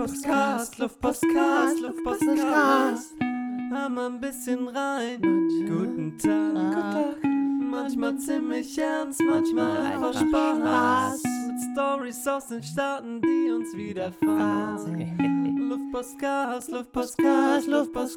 Luftpostcast. Hör mal ein bisschen rein. Guten Tag. Manchmal ziemlich ernst, manchmal einfach Spaß. Mit Storys aus den Staaten, die uns widerfahren. Luftpostcast.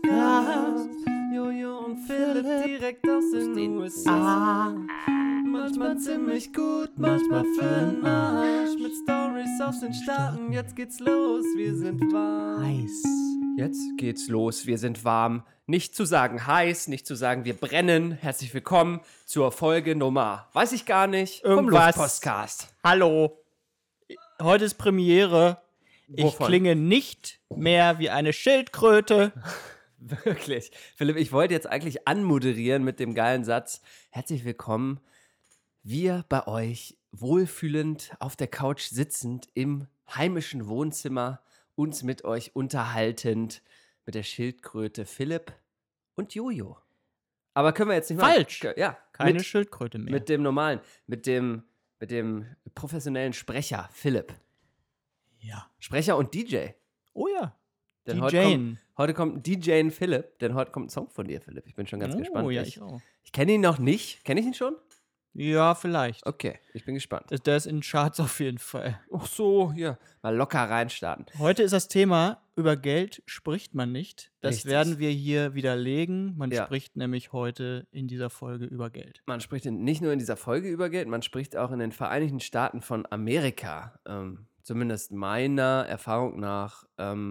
Jojo und Philipp direkt aus den USA. Manchmal ziemlich gut, manchmal für'n Arsch. Mit Storys aus den Staaten, jetzt geht's los, wir sind warm. Heiß. Jetzt geht's los, wir sind warm. Nicht zu sagen heiß, nicht zu sagen wir brennen. Herzlich willkommen zur Folge Nummer, weiß ich gar nicht, vom Irgendwas. Luftpostcast. Hallo. Heute ist Premiere. Ich Wovon? klinge nicht mehr wie eine Schildkröte. Wirklich. Philipp, ich wollte jetzt eigentlich anmoderieren mit dem geilen Satz. Herzlich willkommen, wir bei euch, wohlfühlend auf der Couch sitzend im heimischen Wohnzimmer, uns mit euch unterhaltend mit der Schildkröte Philipp und Jojo. Aber können wir jetzt nicht machen. Falsch. Ja, Keine Schildkröte mehr. mit dem normalen, mit dem professionellen Sprecher Philipp. ja. Sprecher und DJ. Oh ja. Denn DJen. heute kommt DJ Philipp, denn heute kommt ein Song von dir, Philipp. Ich bin schon ganz gespannt. Oh ja, ich auch. Ich kenne ihn noch nicht. Kenne ich ihn schon? Ja, vielleicht. Okay, ich bin gespannt. Der ist in den Charts auf jeden Fall. Ach so, hier. Mal locker reinstarten. Heute ist das Thema, über Geld spricht man nicht. Das Richtig. werden wir hier widerlegen. Man Ja. spricht nämlich heute in dieser Folge über Geld. Man spricht nicht nur in dieser Folge über Geld, man spricht auch in den Vereinigten Staaten von Amerika. Zumindest meiner Erfahrung nach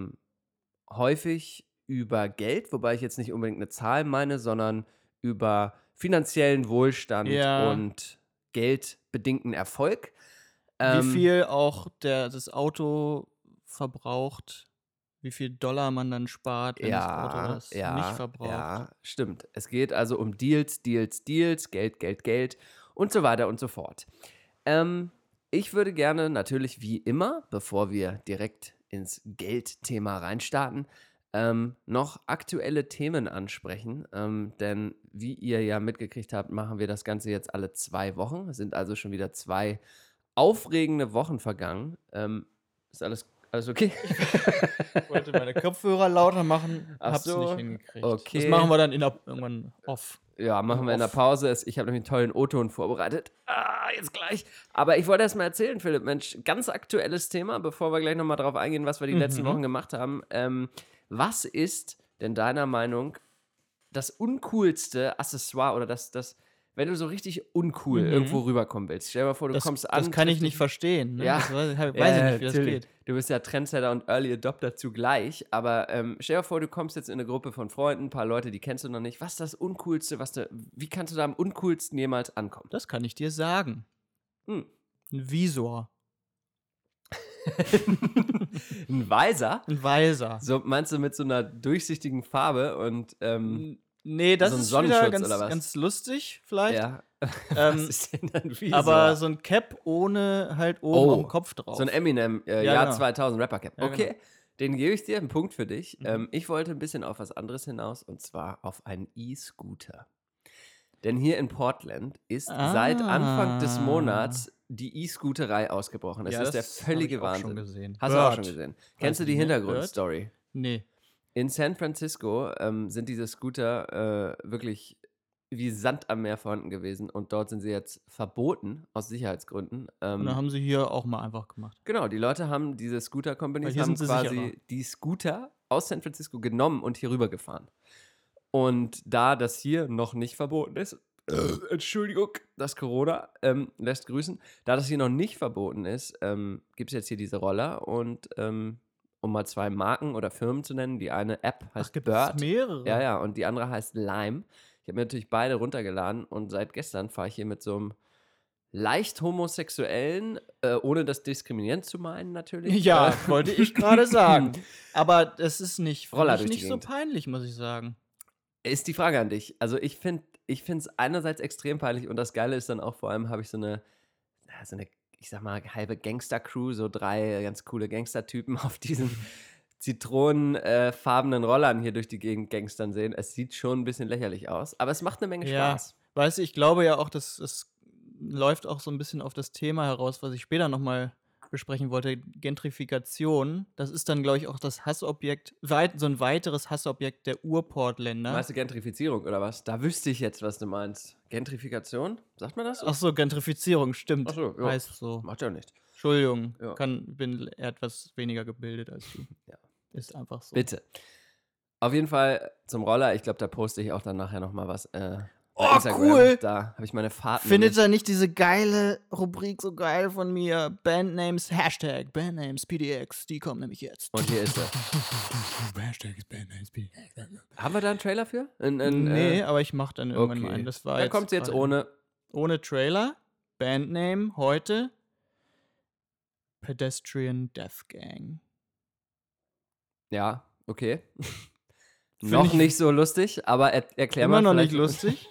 häufig über Geld, wobei ich jetzt nicht unbedingt eine Zahl meine, sondern über finanziellen Wohlstand Ja. und geldbedingten Erfolg. Wie viel auch das Auto verbraucht, wie viel Dollar man dann spart, wenn das Auto das nicht verbraucht. Ja, stimmt. Es geht also um Deals, Geld und so weiter und so fort. Ich würde gerne natürlich wie immer, bevor wir direkt ins Geldthema reinstarten, noch aktuelle Themen ansprechen, denn wie ihr ja mitgekriegt habt, machen wir das Ganze jetzt alle 2 Wochen. Es sind also schon wieder 2 aufregende Wochen vergangen. Ist alles okay? Ich wollte meine Kopfhörer lauter machen, Ach hab's so, nicht hingekriegt. okay. Das machen wir dann irgendwann off. Ja, machen wir in der Pause. Ich habe nämlich einen tollen O-Ton vorbereitet. Jetzt gleich. Aber ich wollte erst mal erzählen, Philipp, Mensch, ganz aktuelles Thema, bevor wir gleich nochmal drauf eingehen, was wir die letzten Wochen gemacht haben. Was ist denn deiner Meinung das uncoolste Accessoire oder das wenn du so richtig uncool irgendwo rüberkommen willst? Stell dir mal vor, du kommst an. Das kann ich nicht verstehen. Ne? Ja. Das weiß ich nicht, wie das natürlich. geht. Du bist ja Trendsetter und Early Adopter zugleich, aber stell dir vor, du kommst jetzt in eine Gruppe von Freunden, ein paar Leute, die kennst du noch nicht. Was ist das Uncoolste, wie kannst du da am uncoolsten jemals ankommen? Das kann ich dir sagen. Hm. Ein Visor. Ein Weiser? Ein Weiser. So, meinst du mit so einer durchsichtigen Farbe und Nee, das so ein ist wieder Sonnenschutz ganz, oder was? ganz lustig vielleicht. ja. Was ist denn ein Visor? Aber so ein Cap ohne halt oben am Kopf drauf. So ein Eminem Jahr genau. 2000 Rapper Cap. Ja, Okay, den gebe ich dir, einen Punkt für dich. Ich wollte ein bisschen auf was anderes hinaus und zwar auf einen E-Scooter. Denn hier in Portland ist seit Anfang des Monats die E-Scooterei ausgebrochen. Es Ja, ist der das völlige hab ich auch Wahnsinn. schon gesehen. Hast du auch Bird. schon gesehen? Kennst du Weiß die ich nicht. Hintergrundstory? Nee. In San Francisco sind diese Scooter wirklich wie Sand am Meer vorhanden gewesen und dort sind sie jetzt verboten aus Sicherheitsgründen. Und dann haben sie hier auch mal einfach gemacht. Genau, die Leute haben diese Weil Scooter-Companies hier haben sind sie sicherer. quasi die Scooter aus San Francisco genommen und hier rüber gefahren. Und da das hier noch nicht verboten ist, Entschuldigung, das Corona lässt grüßen, da das hier noch nicht verboten ist, gibt es jetzt hier diese Roller und um mal 2 Marken oder Firmen zu nennen, die eine App heißt Gibt's Bird. mehrere? Ja, und die andere heißt Lime. Ich habe mir natürlich beide runtergeladen und seit gestern fahre ich hier mit so einem leicht homosexuellen, ohne das diskriminierend zu meinen natürlich. Ja, wollte ich gerade sagen. Aber das ist nicht, Roller finde ich durch die nicht so Gegend. peinlich, muss ich sagen. Ist die Frage an dich. Also ich finde es einerseits extrem peinlich und das Geile ist dann auch vor allem, habe ich so eine, ich sag mal, halbe Gangster-Crew, so 3 ganz coole Gangster-Typen auf diesen zitronenfarbenen Rollern hier durch die Gegend gangstern sehen. Es sieht schon ein bisschen lächerlich aus, aber es macht eine Menge Spaß. Weißt du, ich glaube ja auch, dass es läuft auch so ein bisschen auf das Thema heraus, was ich später nochmal besprechen wollte, Gentrifikation, das ist dann, glaube ich, auch das Hassobjekt, so ein weiteres Hassobjekt der Urportländer. Meinst du Gentrifizierung oder was? Da wüsste ich jetzt, was du meinst. Gentrifikation? Sagt man das so? Ach so, Gentrifizierung, stimmt. Ach so, ja. Heißt so. Macht ja nichts. Entschuldigung, Ja. bin etwas weniger gebildet als du. Ja. Ist einfach so. Bitte. Auf jeden Fall zum Roller. Ich glaube, da poste ich auch dann nachher nochmal was. Oh, Instagram. cool. Da habe ich meine Fahrten. Findet ihr nicht diese geile Rubrik so geil von mir? Bandnames, Hashtag Bandnames PDX, die kommen nämlich jetzt. Und hier ist er. Hashtags Bandnames PDX. Haben wir da einen Trailer für? Nee, aber ich mach dann irgendwann mal einen. Das war dann kommt es jetzt ohne. Ohne Trailer. Bandname heute Pedestrian Death Gang. Ja, okay. Noch nicht so lustig, aber erklär mal. Immer noch nicht lustig.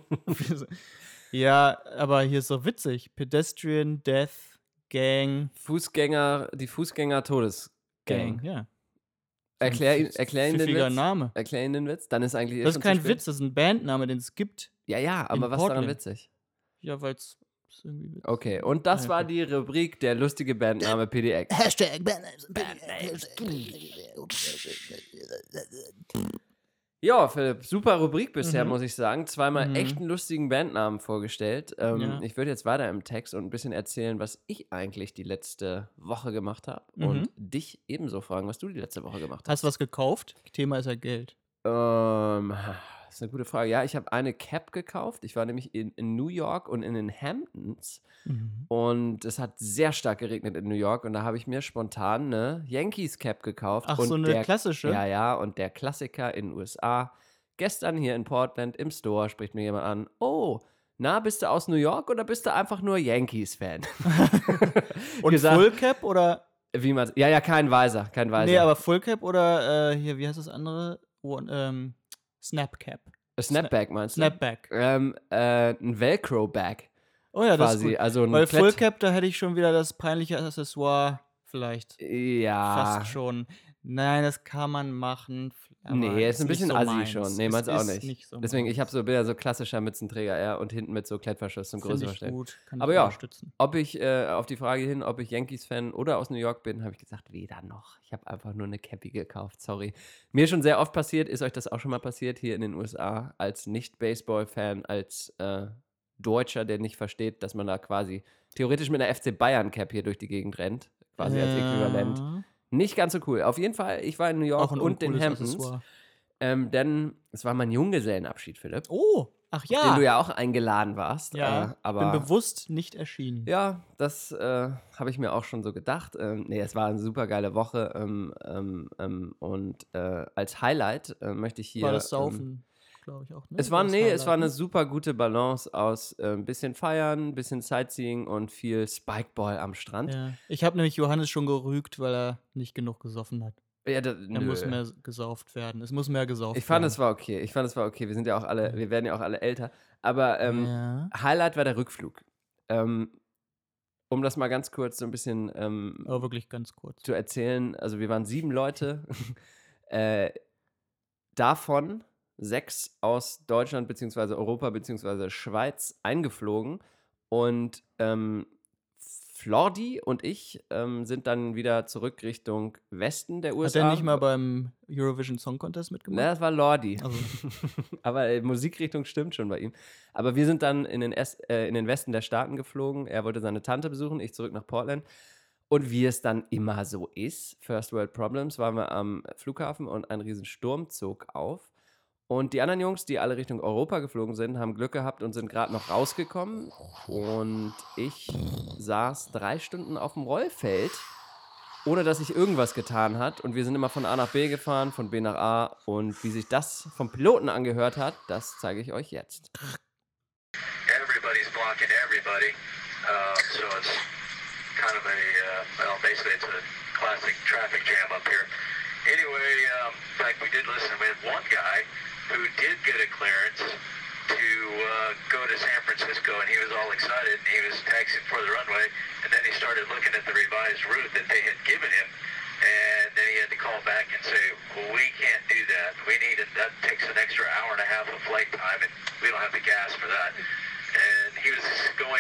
Ja, aber hier ist so witzig. Pedestrian Death Gang. Die Fußgänger-Todesgang. Ja. Erklär ihn den Witz. Name. Erklär ihn den Witz. Dann ist eigentlich Das ist kein Witz, das ist ein Bandname, den es gibt. Ja, aber was ist daran witzig? Ja, weil es irgendwie witzig ist. Okay, und das war die Rubrik der lustige Bandname PDX. Hashtag Bandnames. Ja, Philipp, super Rubrik bisher, muss ich sagen. Zweimal echt einen lustigen Bandnamen vorgestellt. Ich würde jetzt weiter im Text und ein bisschen erzählen, was ich eigentlich die letzte Woche gemacht habe. Und dich ebenso fragen, was du die letzte Woche gemacht hast. Hast du was gekauft? Thema ist ja Geld. Das ist eine gute Frage. Ja, ich habe eine Cap gekauft. Ich war nämlich in New York und in den Hamptons. Und es hat sehr stark geregnet in New York. Und da habe ich mir spontan eine Yankees-Cap gekauft. Ach, und so eine klassische? Ja. Und der Klassiker in den USA. Gestern hier in Portland im Store spricht mir jemand an. Oh, na, bist du aus New York oder bist du einfach nur Yankees-Fan? Und gesagt, Full Cap oder? Wie man, ja, kein Weiser. Nee, aber Full Cap oder hier, wie heißt das andere? Snapcap. Snapback meinst du? Snapback. Ein Velcro-Bag. Oh ja, das quasi. ist gut. Also ein Weil Full Cap, da hätte ich schon wieder das peinliche Accessoire vielleicht. Ja. Fast schon. Nein, das kann man machen. Nee, ist ein bisschen so assi schon. Nee, meinst du auch nicht. So deswegen, ich bin ja so klassischer Mützenträger, und hinten mit so Klettverschluss zum größeren Verstehen. Gut, kann aber ich unterstützen. Ob ich auf die Frage hin, ob ich Yankees-Fan oder aus New York bin, habe ich gesagt, weder noch. Ich habe einfach nur eine Cappy gekauft, sorry. Mir schon sehr oft passiert, ist euch das auch schon mal passiert hier in den USA, als Nicht-Baseball-Fan, als Deutscher, der nicht versteht, dass man da quasi theoretisch mit einer FC Bayern-Cap hier durch die Gegend rennt, quasi als Äquivalent. Nicht ganz so cool. Auf jeden Fall, ich war in New York und in Hamptons. Denn es war mein Junggesellenabschied, Philipp. Oh, ach ja. Den du ja auch eingeladen warst. Ja, aber bin bewusst nicht erschienen. Ja, das habe ich mir auch schon so gedacht. Es war eine super geile Woche. Und als Highlight möchte ich hier... War das Saufen, glaube ich auch, ne? Es war eine super gute Balance aus ein bisschen Feiern, ein bisschen Sightseeing und viel Spikeball am Strand. Ja. Ich habe nämlich Johannes schon gerügt, weil er nicht genug gesoffen hat. Ja, da muss mehr gesauft werden. Es muss mehr gesauft werden. Ich fand, es war okay. Wir sind ja auch alle, wir werden ja auch alle älter. Aber Highlight war der Rückflug. Um das mal ganz kurz so ein bisschen aber wirklich ganz kurz zu erzählen. Also wir waren 7 Leute. Davon 6 aus Deutschland bzw. Europa bzw. Schweiz eingeflogen. Und Flordi und ich sind dann wieder zurück Richtung Westen der USA. Hat er nicht mal beim Eurovision Song Contest mitgemacht? Na, das war Lordi. Also. Aber Musikrichtung stimmt schon bei ihm. Aber wir sind dann in den Westen der Staaten geflogen. Er wollte seine Tante besuchen, ich zurück nach Portland. Und wie es dann immer so ist, First World Problems, waren wir am Flughafen und ein riesen Sturm zog auf. Und die anderen Jungs, die alle Richtung Europa geflogen sind, haben Glück gehabt und sind gerade noch rausgekommen. Und ich saß 3 Stunden auf dem Rollfeld, ohne dass sich irgendwas getan hat. Und wir sind immer von A nach B gefahren, von B nach A. Und wie sich das vom Piloten angehört hat, das zeige ich euch jetzt. Everybody's blocking everybody. So it's kind of basically it's a classic traffic jam up here. Anyway, in fact, we did listen. We had one guy who did get a clearance to go to San Francisco, and he was all excited, and he was taxiing for the runway, and then he started looking at the revised route that they had given him, and then he had to call back and say, well, we can't do that. That takes an extra hour and a half of flight time, and we don't have the gas for that. And he was going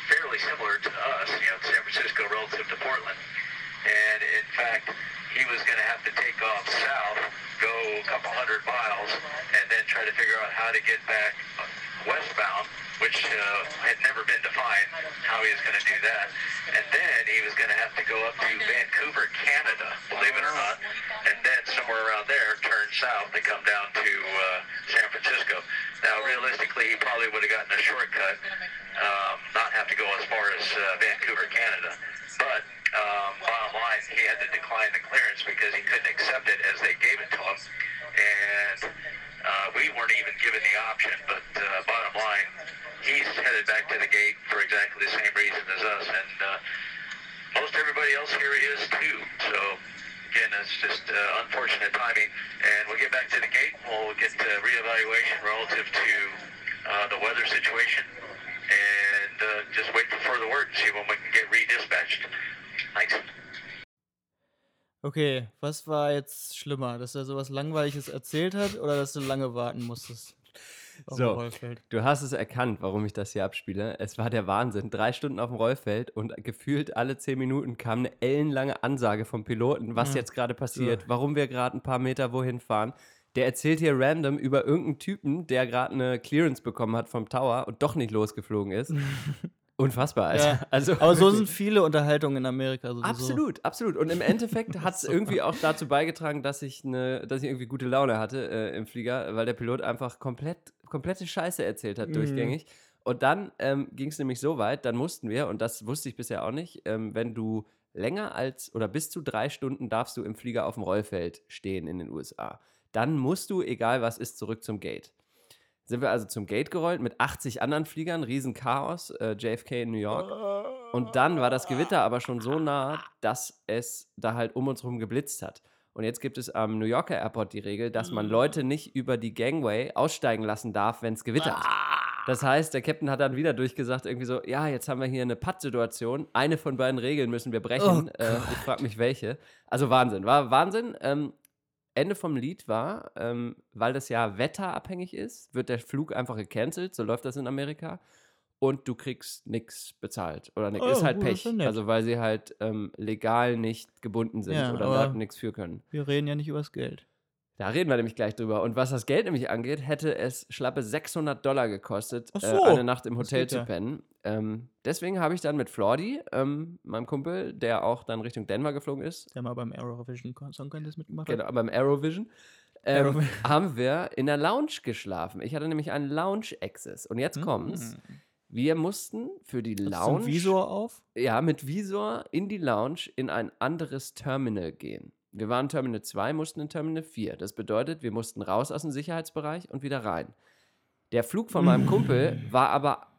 fairly similar to us, San Francisco relative to Portland. And in fact, he was going to have to take off south, go a couple hundred miles, and then try to figure out how to get back westbound, which had never been defined, how he was going to do that. And then he was going to have to go up to Vancouver, Canada, believe it or not, and then somewhere around there turn south and come down to San Francisco. Now, realistically, he probably would have gotten a shortcut, not have to go as far as Vancouver, Canada. But bottom line, he had to decline the clearance because he couldn't accept it as they gave it to him. And we weren't even given the option. But bottom line, he's headed back to the gate for exactly the same reason as us. And most everybody else here is too. So, again, it's just unfortunate timing. And we'll get back to the gate. We'll get reevaluation relative to the weather situation. And just wait for further word and see when we can get redispatched. Thanks. Okay, was war jetzt schlimmer? Dass er sowas Langweiliges erzählt hat oder dass du lange warten musstest? So, du hast es erkannt, warum ich das hier abspiele. Es war der Wahnsinn. 3 Stunden auf dem Rollfeld und gefühlt alle 10 Minuten kam eine ellenlange Ansage vom Piloten, was jetzt gerade passiert, warum wir gerade ein paar Meter wohin fahren. Der erzählt hier random über irgendeinen Typen, der gerade eine Clearance bekommen hat vom Tower und doch nicht losgeflogen ist. Unfassbar, Alter. Ja. Also, aber so sind viele Unterhaltungen in Amerika. Sowieso. Absolut, absolut. Und im Endeffekt hat es irgendwie auch dazu beigetragen, dass ich irgendwie gute Laune hatte im Flieger, weil der Pilot einfach komplette Scheiße erzählt hat, durchgängig. Und dann ging es nämlich so weit, dann mussten wir, und das wusste ich bisher auch nicht, wenn du länger als oder bis zu 3 Stunden darfst du im Flieger auf dem Rollfeld stehen in den USA. Dann musst du, egal was ist, zurück zum Gate. Sind wir also zum Gate gerollt mit 80 anderen Fliegern, Riesenchaos, JFK in New York. Und dann war das Gewitter aber schon so nah, dass es da halt um uns herum geblitzt hat. Und jetzt gibt es am New Yorker Airport die Regel, dass man Leute nicht über die Gangway aussteigen lassen darf, wenn es gewittert. Das heißt, der Captain hat dann wieder durchgesagt, irgendwie so, ja, jetzt haben wir hier eine Pattsituation. Eine von beiden Regeln müssen wir brechen. Ich frage mich, welche. Also Wahnsinn, war Wahnsinn. Ende vom Lied war, weil das ja wetterabhängig ist, wird der Flug einfach gecancelt, so läuft das in Amerika, und du kriegst nichts bezahlt oder nix. Ist halt Pech, also weil sie halt legal nicht gebunden sind oder da nichts für können. Wir reden ja nicht über das Geld. Da reden wir nämlich gleich drüber. Und was das Geld nämlich angeht, hätte es schlappe $600 gekostet, eine Nacht im Hotel zu pennen. Deswegen habe ich dann mit Flordy, meinem Kumpel, der auch dann Richtung Denver geflogen ist. Der mal beim Aerovision Song Contest mitgemacht hat. Genau, beim Aerovision. Haben wir in der Lounge geschlafen. Ich hatte nämlich einen Lounge-Access. Und jetzt kommt's. Wir mussten für die Lounge... Mit Visor auf? Ja, mit Visor in die Lounge in ein anderes Terminal gehen. Wir waren Terminal 2, mussten in Terminal 4. Das bedeutet, wir mussten raus aus dem Sicherheitsbereich und wieder rein. Der Flug von meinem Kumpel war aber,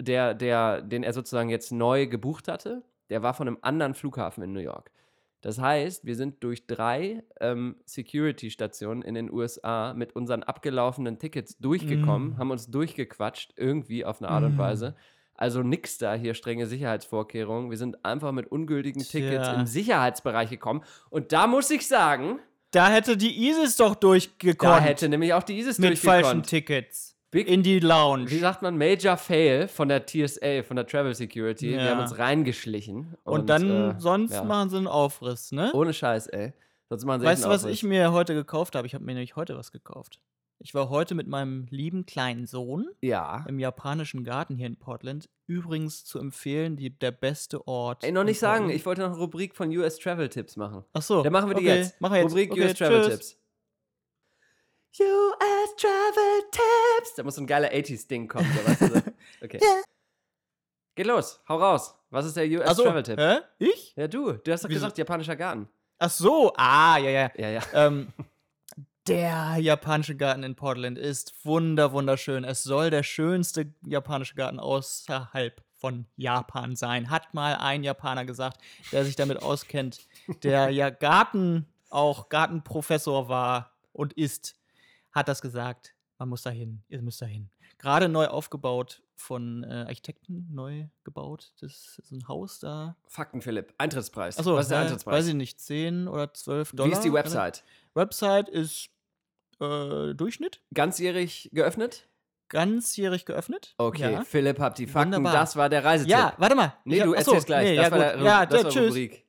den er sozusagen jetzt neu gebucht hatte, der war von einem anderen Flughafen in New York. Das heißt, wir sind durch 3 Security-Stationen in den USA mit unseren abgelaufenen Tickets durchgekommen, haben uns durchgequatscht, irgendwie auf eine Art und Weise. Also nix da hier strenge Sicherheitsvorkehrungen. Wir sind einfach mit ungültigen Tickets im Sicherheitsbereich gekommen. Und da muss ich sagen... Da hätte die ISIS doch durchgekonnt. Da hätte nämlich auch die ISIS durchgekonnt. Mit falschen Tickets. In die Lounge. Wie sagt man? Major Fail von der TSA, von der Travel Security. Wir haben uns reingeschlichen. Und dann, sonst machen sie einen Aufriss, ne? Ohne Scheiß, ey. Sonst machen sie weißt du, was ich mir heute gekauft habe? Ich habe mir nämlich heute was gekauft. Ich war heute mit meinem lieben kleinen Sohn im japanischen Garten hier in Portland. Übrigens zu empfehlen, der beste Ort. Ey, noch nicht sagen. Ich wollte noch eine Rubrik von US Travel Tipps machen. Ach so. Dann machen wir die jetzt. Machen wir jetzt. Rubrik US Travel Tipps. US Travel Tipps. Da muss so ein geiler 80s-Ding kommen. So, weißt du? Okay. Geht los. Hau raus. Was ist der US Travel Tipp? Hä? Ich? Ja, du hast doch gesagt, japanischer Garten. Ach so. Ja. Ja. Der japanische Garten in Portland ist wunderschön. Es soll der schönste japanische Garten außerhalb von Japan sein. Hat mal ein Japaner gesagt, der sich damit auskennt, der ja Gartenprofessor war und ist, hat das gesagt. Man muss dahin, ihr müsst dahin. Gerade neu aufgebaut von Architekten, neu gebaut. Das ist ein Haus da. Fakten, Philipp. Eintrittspreis. Achso, was ist der Eintrittspreis? Weiß ich nicht, 10 oder $12. Wie ist die Website? Website ist Durchschnitt. Ganzjährig geöffnet? ganzjährig geöffnet. Okay, Ja. Philipp hat die Fakten. Wunderbar. Das war der Reisetipp. Ja, warte mal. Nee, du erzählst gleich. Das war das war tschüss. Rubrik.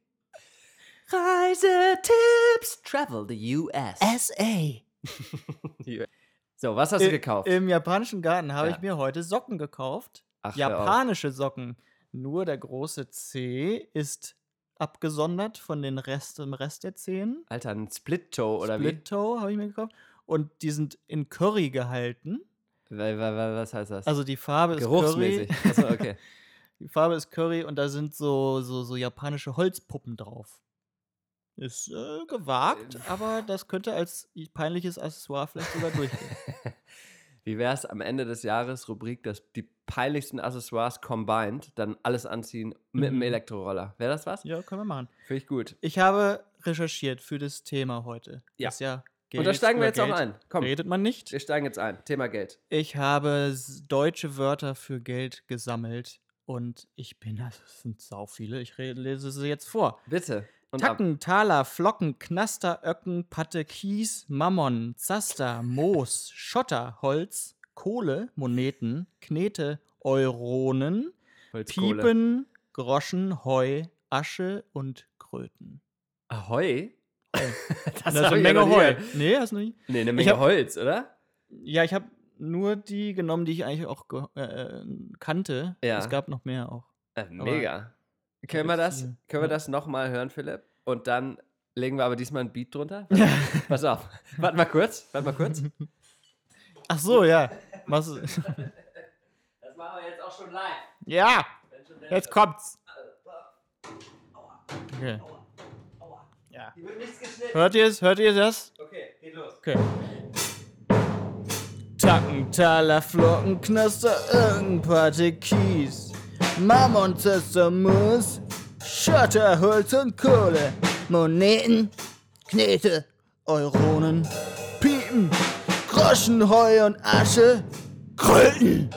Reisetipps. Travel the US. SA. So, was hast du gekauft? Im japanischen Garten habe Ja. ich mir heute Socken gekauft. Ach, hör auf. Japanische Socken. Nur der große Zeh ist abgesondert von dem Rest der Zehen. Alter, ein Split-Toe oder Split Toe habe ich mir gekauft. Und die sind in Curry gehalten. wie? Was heißt das? Also die Farbe ist Geruchsmäßig. Curry. Achso, okay. Die Farbe ist Curry und da sind so japanische Holzpuppen drauf. Ist gewagt, aber das könnte als peinliches Accessoire vielleicht sogar durchgehen. Wie wär's am Ende des Jahres, Rubrik, die peinlichsten Accessoires combined, dann alles anziehen mit einem Elektroroller. Wäre das was? Ja, können wir machen. Finde ich gut. Ich habe recherchiert für das Thema heute. Ja. Das ist ja Geld Und da steigen wir über jetzt auch Geld ein. Komm, Redet man nicht. wir steigen jetzt ein. Thema Geld. Ich habe deutsche Wörter für Geld gesammelt und es sind sau viele. Ich lese sie jetzt vor. Bitte. Und ab. Tacken, Taler, Flocken, Knaster, Öcken, Patte, Kies, Mammon, Zaster, Moos, Schotter, Holz, Kohle, Moneten, Knete, Euronen, Holzkohle. Piepen, Groschen, Heu, Asche und Kröten. Ahoi? Das ist hab eine ich ja Menge noch nie Heu. gehört. Nee, hast du nicht? Nee, eine Ich Menge hab- Holz, oder? Ja, ich habe nur die genommen, die ich eigentlich auch kannte. Ja. Es gab noch mehr auch. Mega. Können wir gibt's viel. das Ja. nochmal hören, Philipp? Und dann legen wir aber diesmal ein Beat drunter? Pass auf. Warte mal kurz. Ach so, ja. Was? Das machen wir jetzt auch schon live. Ja, jetzt kommt's. Okay. Ja. Hier wird nichts geschnitten. Hört ihr das? Okay, geht los. Okay. Tacken, Taler, Flocken, Knaster, Patte, Kies, Mammon, Zaster, Moos, Schotter, Holz und Kohle, Moneten, Knete, Euronen, Piepen, Groschen, Heu und Asche, Kröten.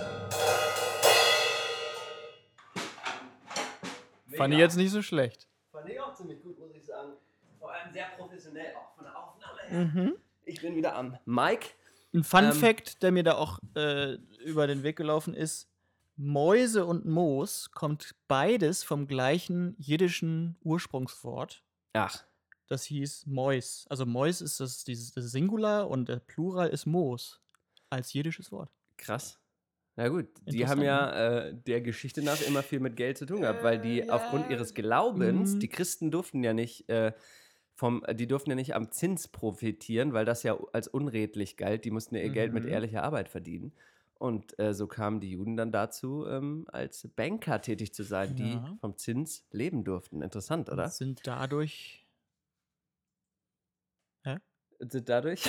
Fand ich jetzt nicht so schlecht. Fand ich auch ziemlich gut, muss ich sagen. Vor allem sehr professionell, auch von der Aufnahme her. Ich bin wieder am Mic. Ein Fun-Fact, der mir da auch über den Weg gelaufen ist: Mäuse und Moos kommt beides vom gleichen jiddischen Ursprungswort. Ach, Das hieß Mäus. Also Mäus ist das Singular und der Plural ist Moos. Als jiddisches Wort. krass. Na gut, die Interessant, haben ja der Geschichte nach immer viel mit Geld zu tun gehabt, weil die aufgrund ihres Glaubens, die Christen durften ja nicht die durften ja nicht am Zins profitieren, weil das ja als unredlich galt. Die mussten ja ihr Geld mit ehrlicher Arbeit verdienen. Und so kamen die Juden dann dazu, als Banker tätig zu sein, die Ja. vom Zins leben durften. Interessant, oder? Sind dadurch. Sind dadurch?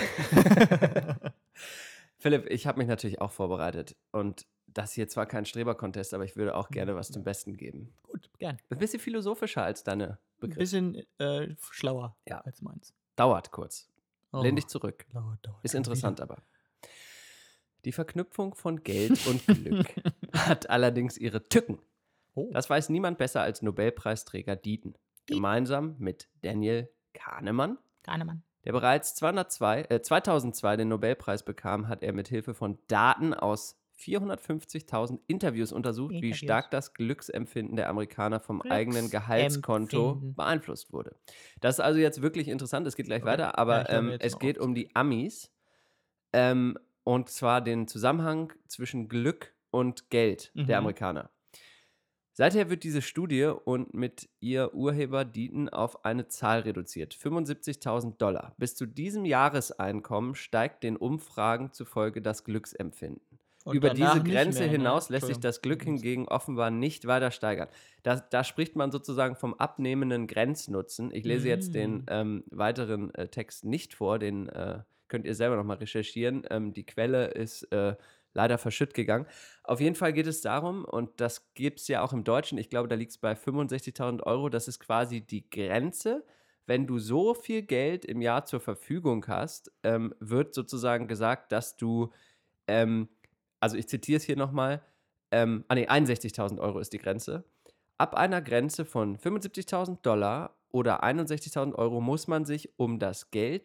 Philipp, ich habe mich natürlich auch vorbereitet. Und das hier zwar kein Streber-Contest, aber ich würde auch gerne was zum Besten geben. Gut, gern. Ein bisschen philosophischer als deine Ein Begriffe. bisschen schlauer Ja. als meins. Dauert kurz. Oh. Lehn dich zurück. Dauert Ist schon interessant aber. Die Verknüpfung von Geld und Glück hat allerdings ihre Tücken. wieder. Oh. Das weiß niemand besser als Nobelpreisträger Dieten. Gemeinsam mit Daniel Kahnemann, Kahnemann. der bereits 2002 den Nobelpreis bekam, hat er mit Hilfe von Daten aus 450.000 Interviews untersucht, wie Interviews. stark das Glücksempfinden der Amerikaner vom eigenen Gehaltskonto Glücksempfinden. beeinflusst wurde. Das ist also jetzt wirklich interessant, es geht gleich weiter, aber Ja, ich höre mir jetzt es mal geht auf. um die Amis und zwar den Zusammenhang zwischen Glück und Geld der Mhm. Amerikaner. Seither wird diese Studie und mit ihr Urheber Dieten auf eine Zahl reduziert: $75.000. Bis zu diesem Jahreseinkommen steigt den Umfragen zufolge das Glücksempfinden. Und Über danach diese nicht Grenze mehr, ne? hinaus lässt sich Entschuldigung. das Glück hingegen offenbar nicht weiter steigern. Da spricht man sozusagen vom abnehmenden Grenznutzen. Ich lese jetzt den weiteren Text nicht vor, den könnt ihr selber nochmal recherchieren. Die Quelle ist leider verschütt gegangen. Auf jeden Fall geht es darum, und das gibt es ja auch im Deutschen, ich glaube, da liegt es bei 65.000 Euro, das ist quasi die Grenze. Wenn du so viel Geld im Jahr zur Verfügung hast, wird sozusagen gesagt, dass du, also ich zitiere es hier nochmal, 61.000 Euro ist die Grenze. Ab einer Grenze von $75.000 oder 61.000 Euro muss man sich um das Geld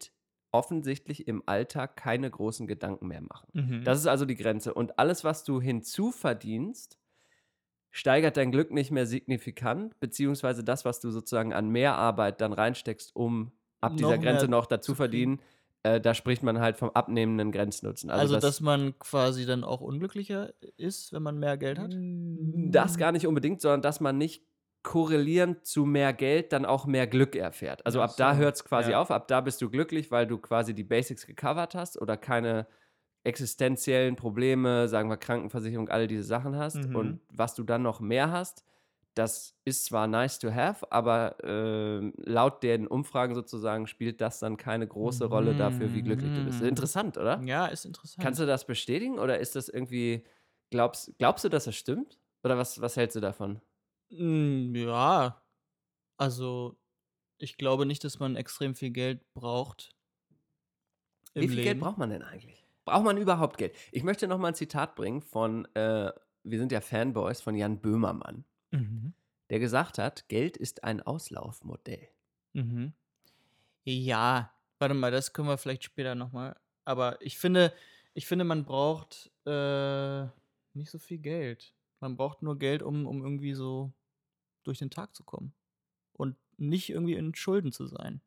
offensichtlich im Alltag keine großen Gedanken mehr machen. Mhm. Das ist also die Grenze. Und alles, was du hinzuverdienst, steigert dein Glück nicht mehr signifikant, beziehungsweise das, was du sozusagen an Mehrarbeit dann reinsteckst, um ab dieser Noch Grenze mehr noch dazu zu verdienen, da spricht man halt vom abnehmenden Grenznutzen. Also, dass man quasi dann auch unglücklicher ist, wenn man mehr Geld hat? Das gar nicht unbedingt, sondern dass man nicht korrelierend zu mehr Geld dann auch mehr Glück erfährt. Also Ach ab da so, hört es quasi ja. auf, ab da bist du glücklich, weil du quasi die Basics gecovert hast oder keine existenziellen Probleme, sagen wir Krankenversicherung, all diese Sachen hast. Mhm. Und was du dann noch mehr hast, das ist zwar nice to have, aber laut den Umfragen sozusagen spielt das dann keine große Rolle dafür, wie glücklich du bist. Mhm. Interessant, oder? Ja, ist interessant. Kannst du das bestätigen oder ist das irgendwie, glaubst du, dass das stimmt? Oder was hältst du davon? Ja, also ich glaube nicht, dass man extrem viel Geld braucht im Wie viel Geld Leben. braucht man denn eigentlich? Braucht man überhaupt Geld? Ich möchte noch mal ein Zitat bringen von, wir sind ja Fanboys, von Jan Böhmermann, Mhm. der gesagt hat, Geld ist ein Auslaufmodell. Mhm. Ja, warte mal, das können wir vielleicht später nochmal. Aber ich finde, man braucht nicht so viel Geld. Man braucht nur Geld, um irgendwie so durch den Tag zu kommen. Und nicht irgendwie in Schulden zu sein.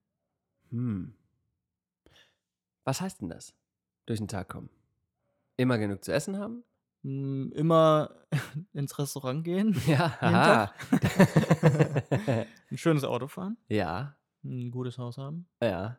Was heißt denn das? Durch den Tag kommen? Immer genug zu essen haben? Immer ins Restaurant gehen, Ja, jeden aha. ein schönes Auto fahren, Ja, ein gutes Haus haben, ja.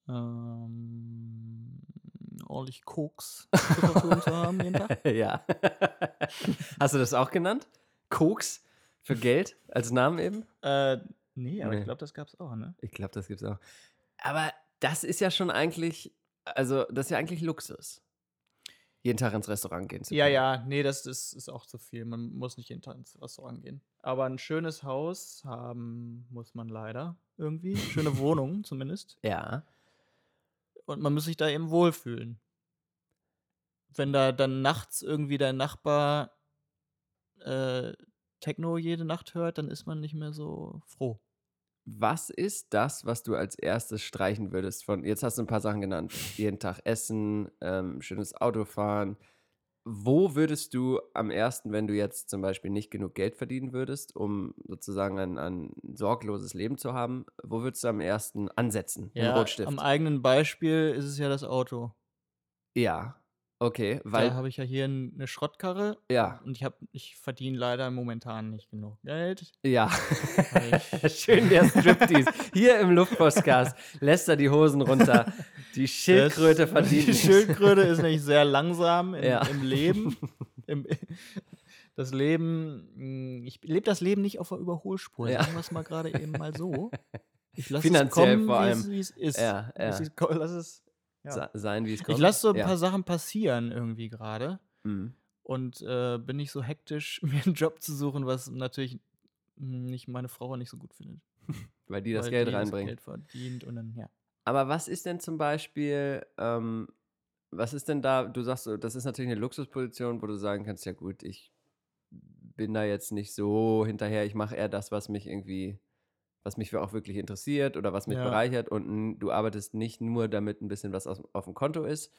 ordentlich Koks zur Verfügung zu haben jeden Tag. Ja. Hast du das auch genannt? Koks für Geld als Namen eben? Nee, aber Nee. ich glaube, das gab's auch, ne? Ich glaube, das gibt's auch. Aber das ist ja schon eigentlich, also das ist ja eigentlich Luxus. Jeden Tag ins Restaurant gehen zu können. Ja, nee, das ist auch zu viel. Man muss nicht jeden Tag ins Restaurant gehen. Aber ein schönes Haus haben muss man leider irgendwie. Schöne Wohnung zumindest. Ja. Und man muss sich da eben wohlfühlen. Wenn da dann nachts irgendwie dein Nachbar Techno jede Nacht hört, dann ist man nicht mehr so froh. Was ist das, was du als erstes streichen würdest? Jetzt hast du ein paar Sachen genannt. Jeden Tag essen, schönes Auto fahren. Wo würdest du am ersten, wenn du jetzt zum Beispiel nicht genug Geld verdienen würdest, um sozusagen ein sorgloses Leben zu haben, wo würdest du am ersten ansetzen? Mit dem Rotstift? Am eigenen Beispiel ist es ja das Auto. Ja, okay, Da weil, habe ich ja hier eine Schrottkarre ja, und ich verdiene leider momentan nicht genug Geld. ja. Weil Schön der Striptease. Hier im Luftpostcast lässt er die Hosen runter. Die Schildkröte verdient Die nichts. Schildkröte ist nämlich sehr langsam Ja. im Leben. Das Leben, ich lebe das Leben nicht auf der Überholspur, Ja. sagen wir es mal gerade eben mal so. Ich lasse Finanziell es kommen, vor allem. wie es ist. Ja, ja. Lass es, ja. Sein, wie es kommt. Ich lasse so ein Ja. paar Sachen passieren irgendwie gerade Mhm. und bin nicht so hektisch, mir einen Job zu suchen, was natürlich nicht meine Frau nicht so gut findet. Weil die das Weil Geld die reinbringt. Geld verdient und dann, ja. Aber was ist denn zum Beispiel, was ist denn da, du sagst so, das ist natürlich eine Luxusposition, wo du sagen kannst, ja gut, ich bin da jetzt nicht so hinterher, ich mache eher das, was mich auch wirklich interessiert oder was mich Ja. bereichert und du arbeitest nicht nur, damit ein bisschen was auf dem Konto ist.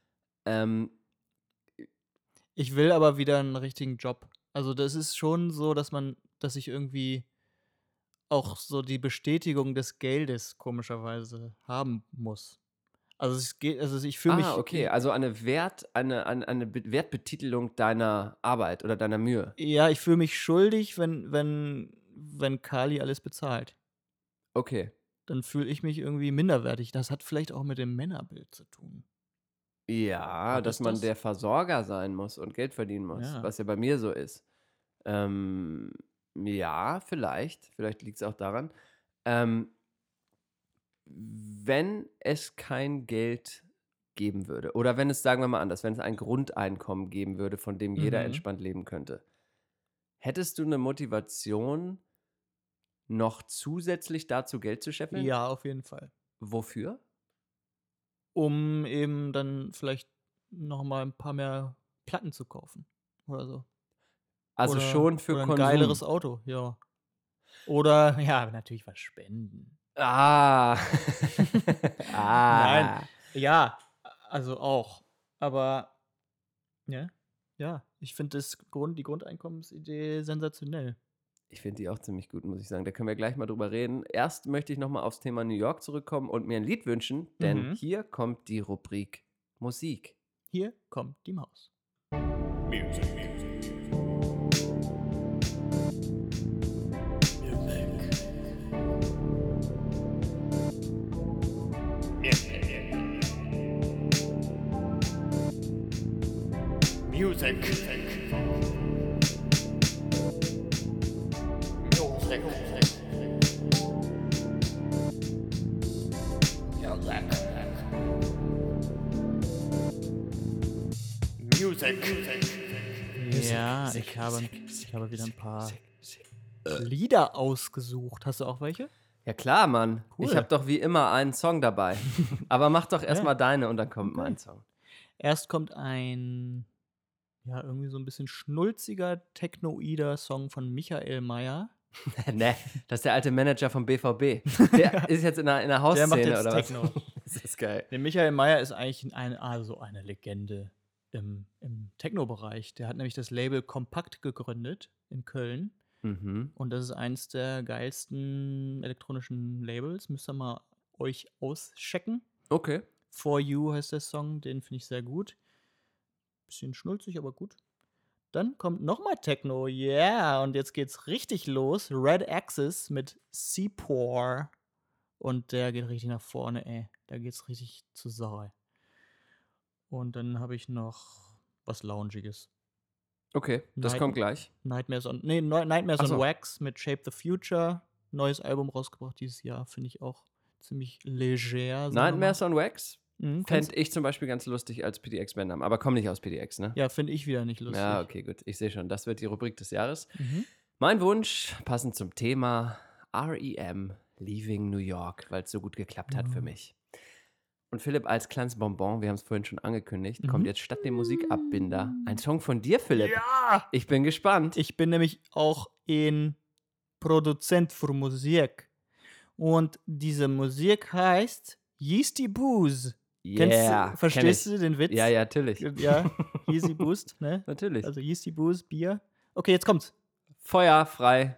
Ich will aber wieder einen richtigen Job. Also das ist schon so, dass ich irgendwie auch so die Bestätigung des Geldes komischerweise haben muss. Also ich fühle mich. Okay, also eine Wertbetitelung deiner Arbeit oder deiner Mühe. Ja, ich fühle mich schuldig, wenn Kali alles bezahlt. Okay. Dann fühle ich mich irgendwie minderwertig. Das hat vielleicht auch mit dem Männerbild zu tun. Ja, Was dass ist man das? der Versorger sein muss und Geld verdienen muss, Ja. was ja bei mir so ist. Ja, vielleicht liegt es auch daran. Wenn es kein Geld geben würde, oder wenn es, sagen wir mal anders, wenn es ein Grundeinkommen geben würde, von dem jeder Mhm. entspannt leben könnte, hättest du eine Motivation, noch zusätzlich dazu Geld zu scheffeln? Ja, auf jeden Fall. Wofür? Um eben dann vielleicht noch mal ein paar mehr Platten zu kaufen oder so. Also Oder, schon für oder ein Konsum. geileres Auto, ja. Oder, ja, natürlich was spenden. Ah. Nein, Ja, also auch. Aber, ja, ich finde die Grundeinkommensidee sensationell. Ich finde die auch ziemlich gut, muss ich sagen. Da können wir gleich mal drüber reden. Erst möchte ich nochmal aufs Thema New York zurückkommen und mir ein Lied wünschen, denn hier kommt die Rubrik Musik. Hier kommt die Maus. Ja, ich habe wieder ein paar Lieder ausgesucht. Hast du auch welche? Ja klar, Mann. Cool. Ich habe doch wie immer einen Song dabei. Aber mach doch erstmal deine und dann kommt mein Song. Erst kommt ein, irgendwie so ein bisschen schnulziger, technoider Song von Michael Mayer. Ne, das ist der alte Manager vom BVB. Der ist jetzt in der Hausszene, Der macht jetzt oder Techno. was? Das ist geil. Der Michael Mayer ist eigentlich eine Legende im Techno-Bereich. Der hat nämlich das Label Kompakt gegründet in Köln. Mhm. Und das ist eins der geilsten elektronischen Labels. Müsst ihr mal euch auschecken. Okay. For You heißt der Song, den finde ich sehr gut. Bisschen schnulzig, aber gut. Dann kommt nochmal Techno, und jetzt geht's richtig los. Red Axis mit Seapore. Und der geht richtig nach vorne, ey. Da geht's richtig zur Sache. Und dann habe ich noch was Loungiges. Okay, das kommt gleich. Nightmares on Ach so. Wax mit Shape the Future. Neues Album rausgebracht dieses Jahr, finde ich auch ziemlich leger. Nightmares on Wax Fände fände ich zum Beispiel ganz lustig als PDX-Bandnamen. Aber komm nicht aus PDX, ne? Ja, finde ich wieder nicht lustig. Ja, okay, gut. Ich sehe schon. Das wird die Rubrik des Jahres. Mhm. Mein Wunsch, passend zum Thema, R.E.M. Leaving New York, weil es so gut geklappt hat für mich. Und Philipp, als kleines Bonbon, wir haben es vorhin schon angekündigt, kommt jetzt statt dem Musikabbinder ein Song von dir, Philipp. Ja! Ich bin gespannt. Ich bin nämlich auch ein Produzent für Musik. Und diese Musik heißt Yeasty Booze. Verstehst du den Witz? Ja, natürlich. Ja, Yeasty Boost, ne? Natürlich. Also Yeasty Booze, Bier. Okay, jetzt kommt's. Feuer frei.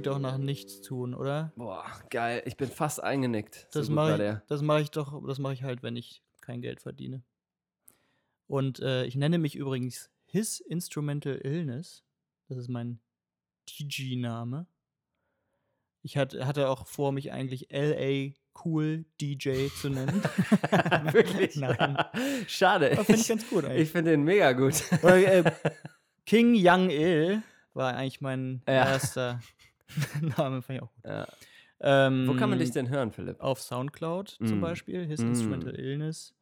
klingt doch nach nichts tun, oder? Boah, geil. Ich bin fast eingenickt. Das so gut war mache der. das mache ich doch, das mache ich halt, wenn ich kein Geld verdiene. Und ich nenne mich übrigens His Instrumental Illness. Das ist mein DJ-Name. Ich hatte auch vor, mich eigentlich L.A. Cool DJ zu nennen. Wirklich? Nein. Schade. Aber finde ich ganz gut eigentlich. Ich finde den mega gut. Oder, King Young Ill war eigentlich mein Ja. erster Name, fand ich auch gut. Ja. Ähm, Wo kann man dich denn hören, Philipp? Auf Soundcloud zum Mm. Beispiel, His Instrumental Illness.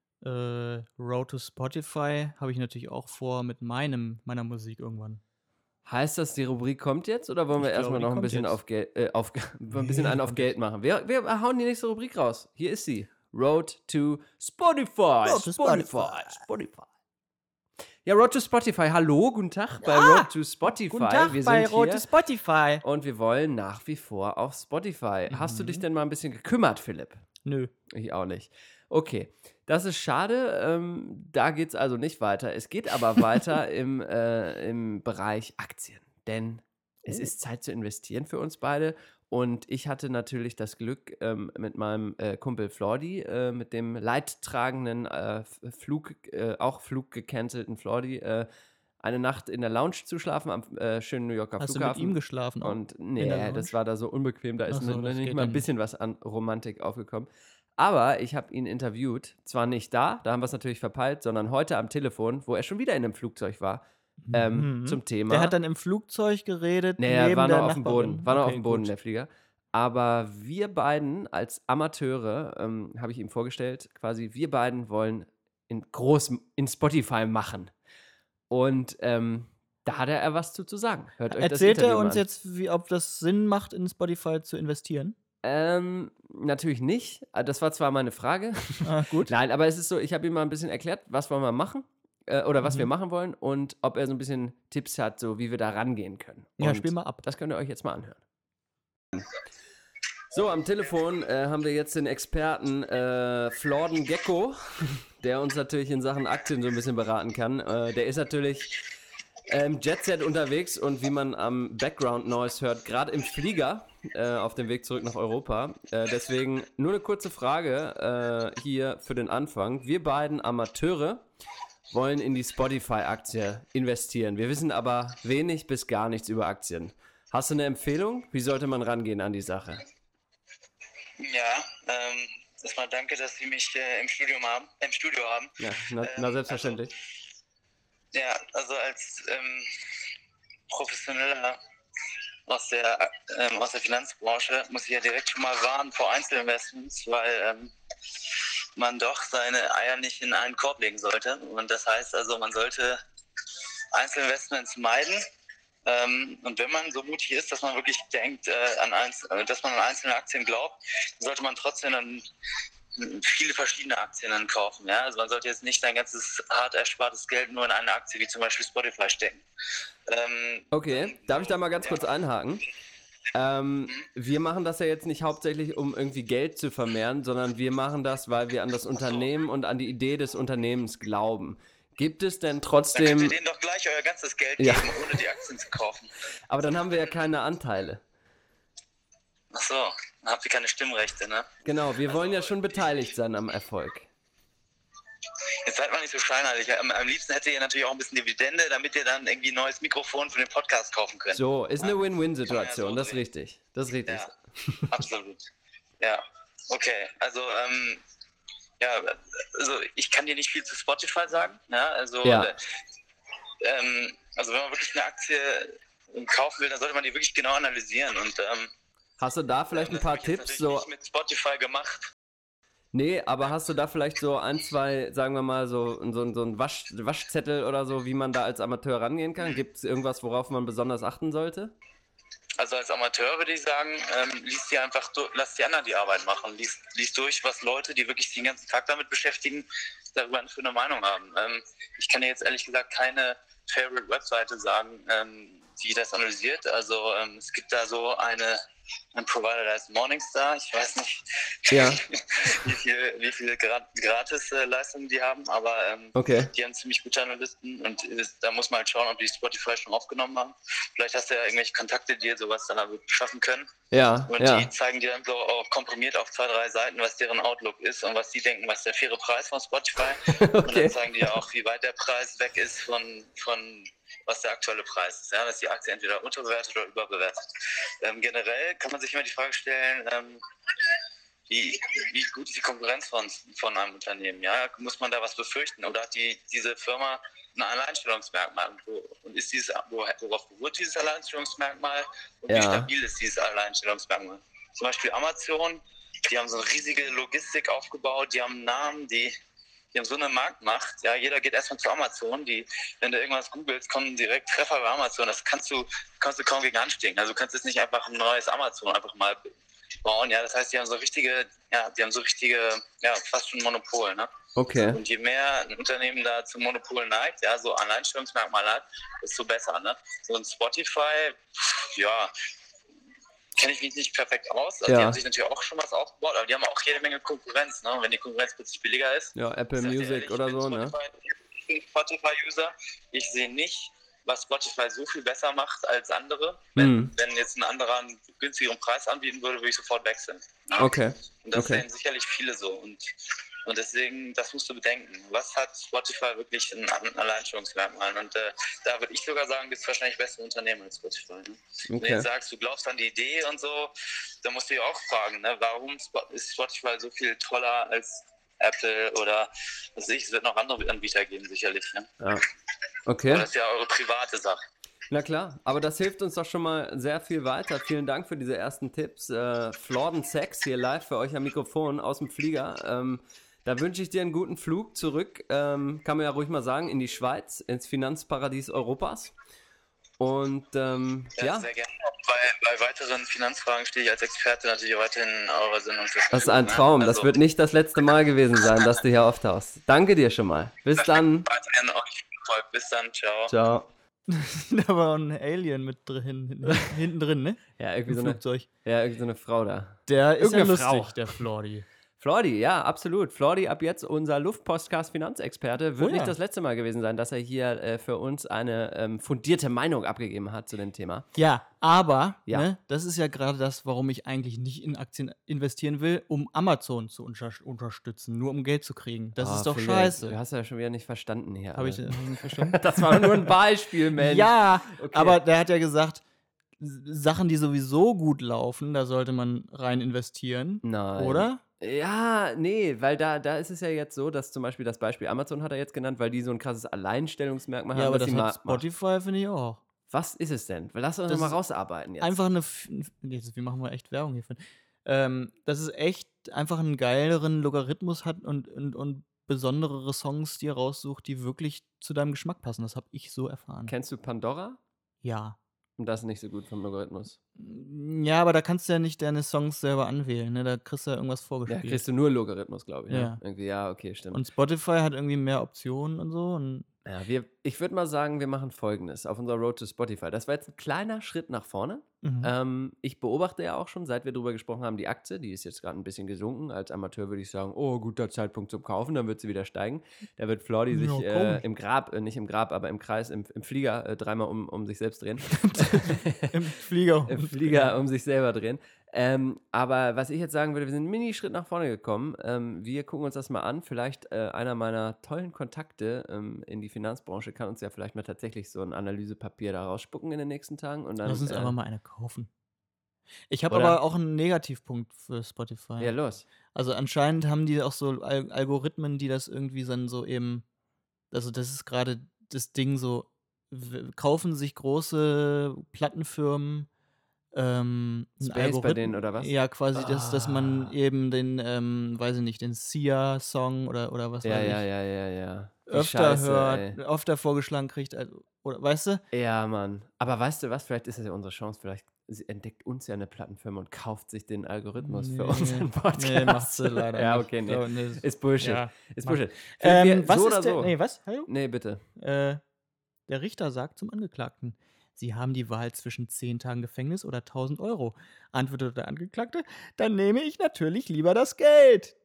Road to Spotify habe ich natürlich auch vor mit meiner Musik irgendwann. Heißt das, die Rubrik kommt jetzt oder wollen wir Ich erstmal glaube, noch ein die bisschen kommt ein bisschen einen auf Geld machen? Wir hauen die nächste Rubrik raus. Hier ist sie. Road to Spotify. Road to Spotify. Spotify. Ja, Road to Spotify. Hallo, guten Tag bei Road to Spotify. Guten Tag wir bei sind Road hier to Spotify. und wir wollen nach wie vor auf Spotify. Hast du dich denn mal ein bisschen gekümmert, Philipp? Nö. Ich auch nicht. Okay, das ist schade. Da geht es also nicht weiter. Es geht aber weiter im Bereich Aktien. Denn es ist Zeit zu investieren für uns beide. Und ich hatte natürlich das Glück, mit meinem Kumpel Flordi, mit dem leidtragenden, auch fluggecancelten Flordi, eine Nacht in der Lounge zu schlafen am schönen New Yorker Hast Flughafen. du mit ihm geschlafen? Auch? Und In nee, der Lounge? das war da so unbequem, da ist Ach so, das nicht geht mal ein dann bisschen was an Romantik aufgekommen. Aber ich habe ihn interviewt, zwar nicht da haben wir es natürlich verpeilt, sondern heute am Telefon, wo er schon wieder in einem Flugzeug war, zum Thema. Der hat dann im Flugzeug geredet. Nee, er neben war der noch auf dem Nachbarin. Boden, war noch auf Okay, dem Boden, gut. der Flieger. Aber wir beiden als Amateure, habe ich ihm vorgestellt, quasi wir beiden wollen in Spotify machen. Und da hat er was zu sagen. Hört euch das Erzählt Interview er mal uns an. jetzt, ob das Sinn macht, in Spotify zu investieren? Natürlich nicht. Das war zwar meine Frage. Gut. Nein, aber es ist so, ich habe ihm mal ein bisschen erklärt, was wollen wir machen oder was wir machen wollen und ob er so ein bisschen Tipps hat, so wie wir da rangehen können. Ja, Und spiel mal ab. Das könnt ihr euch jetzt mal anhören. So, am Telefon haben wir jetzt den Experten Florden Gecko, der uns natürlich in Sachen Aktien so ein bisschen beraten kann. Der ist natürlich im Jetset unterwegs und wie man am Background Noise hört, gerade im Flieger auf dem Weg zurück nach Europa. Deswegen nur eine kurze Frage hier für den Anfang. Wir beiden Amateure wollen in die Spotify-Aktie investieren. Wir wissen aber wenig bis gar nichts über Aktien. Hast du eine Empfehlung? Wie sollte man rangehen an die Sache? Ja, erstmal danke, dass Sie mich im Studio haben. Ja, na selbstverständlich. Ja, also als Professioneller aus der Finanzbranche muss ich ja direkt schon mal warnen vor Einzelinvestments, weil man doch seine Eier nicht in einen Korb legen sollte. Und das heißt also, man sollte Einzelinvestments meiden. Und wenn man so mutig ist, dass man wirklich denkt, dass man an einzelne Aktien glaubt, sollte man trotzdem dann viele verschiedene Aktien dann kaufen. Ja? Also man sollte jetzt nicht sein ganzes hart erspartes Geld nur in eine Aktie wie zum Beispiel Spotify stecken. Okay, darf ich da mal ganz kurz einhaken? Wir machen das ja jetzt nicht hauptsächlich, um irgendwie Geld zu vermehren, sondern wir machen das, weil wir an das Unternehmen und an die Idee des Unternehmens glauben. Gibt es denn Dann trotzdem... könnt ihr denen doch gleich euer ganzes Geld Ja. geben, ohne die Aktien zu kaufen. Aber dann haben wir ja keine Anteile. Ach so, dann habt ihr keine Stimmrechte, ne? Genau, wir wollen ja schon beteiligt sein am Erfolg. Jetzt seid mal nicht so scheinheilig. Am liebsten hättet ihr natürlich auch ein bisschen Dividende, damit ihr dann irgendwie ein neues Mikrofon für den Podcast kaufen könnt. So, ist eine Win-Win-Situation, das ist richtig. Das ist richtig. Ja, absolut. Ja, okay. Also, also ich kann dir nicht viel zu Spotify sagen. Ja, also, Ja. Also wenn man wirklich eine Aktie kaufen will, dann sollte man die wirklich genau analysieren. Und Hast du da vielleicht ein das paar habe ich jetzt Tipps? natürlich So, nicht mit Spotify gemacht. nee, aber hast du da vielleicht so ein, zwei, sagen wir mal, so ein Waschzettel oder so, wie man da als Amateur rangehen kann? Gibt es irgendwas, worauf man besonders achten sollte? Also als Amateur würde ich sagen, lass die anderen die Arbeit machen. Lies durch, was Leute, die wirklich den ganzen Tag damit beschäftigen, darüber für eine Meinung haben. Ich kann dir jetzt ehrlich gesagt keine Favorite-Webseite sagen, die das analysiert. Also es gibt da so eine ein Provider, der heißt Morningstar. Ich weiß nicht, Ja. wie viele Gratis-Leistungen die haben, aber Okay. die haben ziemlich gute Analysten und da muss man halt schauen, ob die Spotify schon aufgenommen haben. Vielleicht hast du ja irgendwelche Kontakte, die sowas dann schaffen können. Ja, Und ja. die zeigen dir dann so auch komprimiert auf 2-3 Seiten, was deren Outlook ist und was die denken, was der faire Preis von Spotify. Und Okay. dann zeigen die ja auch, wie weit der Preis weg ist von was der aktuelle Preis ist. Ja, dass die Aktie entweder unterbewertet oder überbewertet. Generell kann man sich immer die Frage stellen, wie gut ist die Konkurrenz von einem Unternehmen? Ja? Muss man da was befürchten? Oder hat diese Firma ein Alleinstellungsmerkmal? Und ist worauf beruht dieses Alleinstellungsmerkmal? Und wie Ja. stabil ist dieses Alleinstellungsmerkmal? Zum Beispiel Amazon, die haben so eine riesige Logistik aufgebaut, die haben einen Namen, die haben so eine Marktmacht. Ja, jeder geht erstmal zu Amazon. Wenn du irgendwas googelst, kommen direkt Treffer bei Amazon. Das kannst du kaum gegen anstehen. Also du kannst jetzt nicht einfach ein neues Amazon einfach mal bauen. Ja, das heißt, die haben so richtige, fast schon Monopol. Ne? Okay. Und je mehr ein Unternehmen da zum Monopol neigt, ja, so Alleinstellungsmerkmal hat, desto besser. Ne? So ein Spotify, ja, kenne ich mich nicht perfekt aus. Also Ja. die haben sich natürlich auch schon was aufgebaut, aber die haben auch jede Menge Konkurrenz. Ne? Und wenn die Konkurrenz plötzlich billiger ist, Ja, Apple ich sag dir Music ehrlich, oder ich bin so, ne? Ich bin Spotify-User. Ich sehe nicht, was Spotify so viel besser macht als andere. Wenn jetzt ein anderer einen günstigeren Preis anbieten würde, würde ich sofort wechseln. Ja? Okay. Und das Okay. sehen sicherlich viele so. Und deswegen, das musst du bedenken. Was hat Spotify wirklich ein Alleinstellungsmerkmal? Und da würde ich sogar sagen, das ist wahrscheinlich bessere Unternehmen als Spotify. Ne? Wenn du Okay. jetzt sagst, du glaubst an die Idee und so, dann musst du dich auch fragen, ne? Warum ist Spotify so viel toller als Apple oder was weiß ich, es wird noch andere Anbieter geben, sicherlich. Ne? Ja. Aber Okay. das ist ja eure private Sache. Na klar, aber das hilft uns doch schon mal sehr viel weiter. Vielen Dank für diese ersten Tipps. Flawed and Sex hier live für euch am Mikrofon aus dem Flieger. Da wünsche ich dir einen guten Flug zurück, kann man ja ruhig mal sagen, in die Schweiz, ins Finanzparadies Europas. Und ja, Sehr gerne. Bei weiteren Finanzfragen stehe ich als Experte natürlich weiterhin in eurer Sendung zur das ist ein Verfügung, Traum. ne? Das Also, wird nicht das letzte Mal gewesen sein, dass du hier auftauchst. Danke dir schon mal. Bis dann. weiterhin euch viel Erfolg. Bis dann. Ciao. Ciao. Da war ein Alien mit hinten drin, ne? Ja, Im Flugzeug. irgendwie so eine Frau da. Der ist ja Irgendeine lustig, Frau. der Flordi. Flordi, ja, absolut. Flordi ab jetzt unser Luftpostcast-Finanzexperte. Wird Oh ja. nicht das letzte Mal gewesen sein, dass er hier für uns eine fundierte Meinung abgegeben hat zu dem Thema. Ja, aber Ja. Ne, das ist ja gerade das, warum ich eigentlich nicht in Aktien investieren will, um Amazon zu unterstützen, nur um Geld zu kriegen. Das ist doch Philipp, scheiße. Du hast ja schon wieder nicht verstanden hier. Habe ich alle. nicht verstanden? Das war nur ein Beispiel, Mensch. Ja, Okay. aber der hat ja gesagt, Sachen, die sowieso gut laufen, da sollte man rein investieren. Nein. Oder? Ja, nee, weil da ist es ja jetzt so, dass zum Beispiel das Beispiel Amazon hat er jetzt genannt, weil die so ein krasses Alleinstellungsmerkmal Ja, haben, aber dass das sie hat Spotify, finde ich auch. Was ist es denn? Lass uns Das mal ist rausarbeiten jetzt. Einfach jetzt, wie machen wir echt Werbung hierfür? Dass es echt einfach einen geileren Logarithmus hat und besondere Songs dir raussucht, die wirklich zu deinem Geschmack passen. Das habe ich so erfahren. Kennst du Pandora? Ja. Und das ist nicht so gut vom Logarithmus. Ja, aber da kannst du ja nicht deine Songs selber anwählen, ne? Da kriegst du ja irgendwas Ja, vorgespielt. kriegst du nur Logarithmus, glaube ich. Ja. Ne? Irgendwie, ja, okay, stimmt. Und Spotify hat irgendwie mehr Optionen und so. Und Ja, ich würde mal sagen, wir machen Folgendes auf unserer Road to Spotify. Das war jetzt ein kleiner Schritt nach vorne. Ich beobachte ja auch schon, seit wir drüber gesprochen haben, die Aktie, die ist jetzt gerade ein bisschen gesunken. Als Amateur würde ich sagen, oh, guter Zeitpunkt zum Kaufen, dann wird sie wieder steigen. Da wird Flordi sich komisch. im Grab, nicht im Grab, aber im Kreis, im Flieger dreimal um sich selbst drehen. im Flieger. Im Flieger um sich selber drehen. Aber was ich jetzt sagen würde, wir sind einen Mini-Schritt nach vorne gekommen. Wir gucken uns das mal an. Vielleicht einer meiner tollen Kontakte in die Finanzbranche kann uns ja vielleicht mal tatsächlich so ein Analysepapier da rausspucken in den nächsten Tagen. Und dann, Lass uns einfach mal eine kaufen. Ich habe Oder- aber auch einen Negativpunkt für Spotify. Ja, los. Also anscheinend haben die auch so Algorithmen, die das irgendwie dann so eben, also das ist gerade das Ding so, kaufen sich große Plattenfirmen einen Space bei denen, oder was? Ja, quasi, dass man Ah. eben den, weiß ich nicht, den Sia-Song oder was Ja, weiß ja, ich, ja, ja, ja. Wie öfter scheiße, hört, ey. öfter vorgeschlagen kriegt, oder weißt du? Ja, Mann. Aber weißt du was? Vielleicht ist das ja unsere Chance. Vielleicht entdeckt uns ja eine Plattenfirma und kauft sich den Algorithmus für unseren Podcast. Nee, macht sie leider Ja, nicht. okay, nee. So, nee. Ist Bullshit. Ja, Ist Mann. Bullshit. Was so ist oder der, so. nee, was? Hallo? Nee, bitte. Der Richter sagt zum Angeklagten, Sie haben die Wahl zwischen 10 Tagen Gefängnis oder 1.000 Euro. Antwortete der Angeklagte, dann nehme ich natürlich lieber das Geld.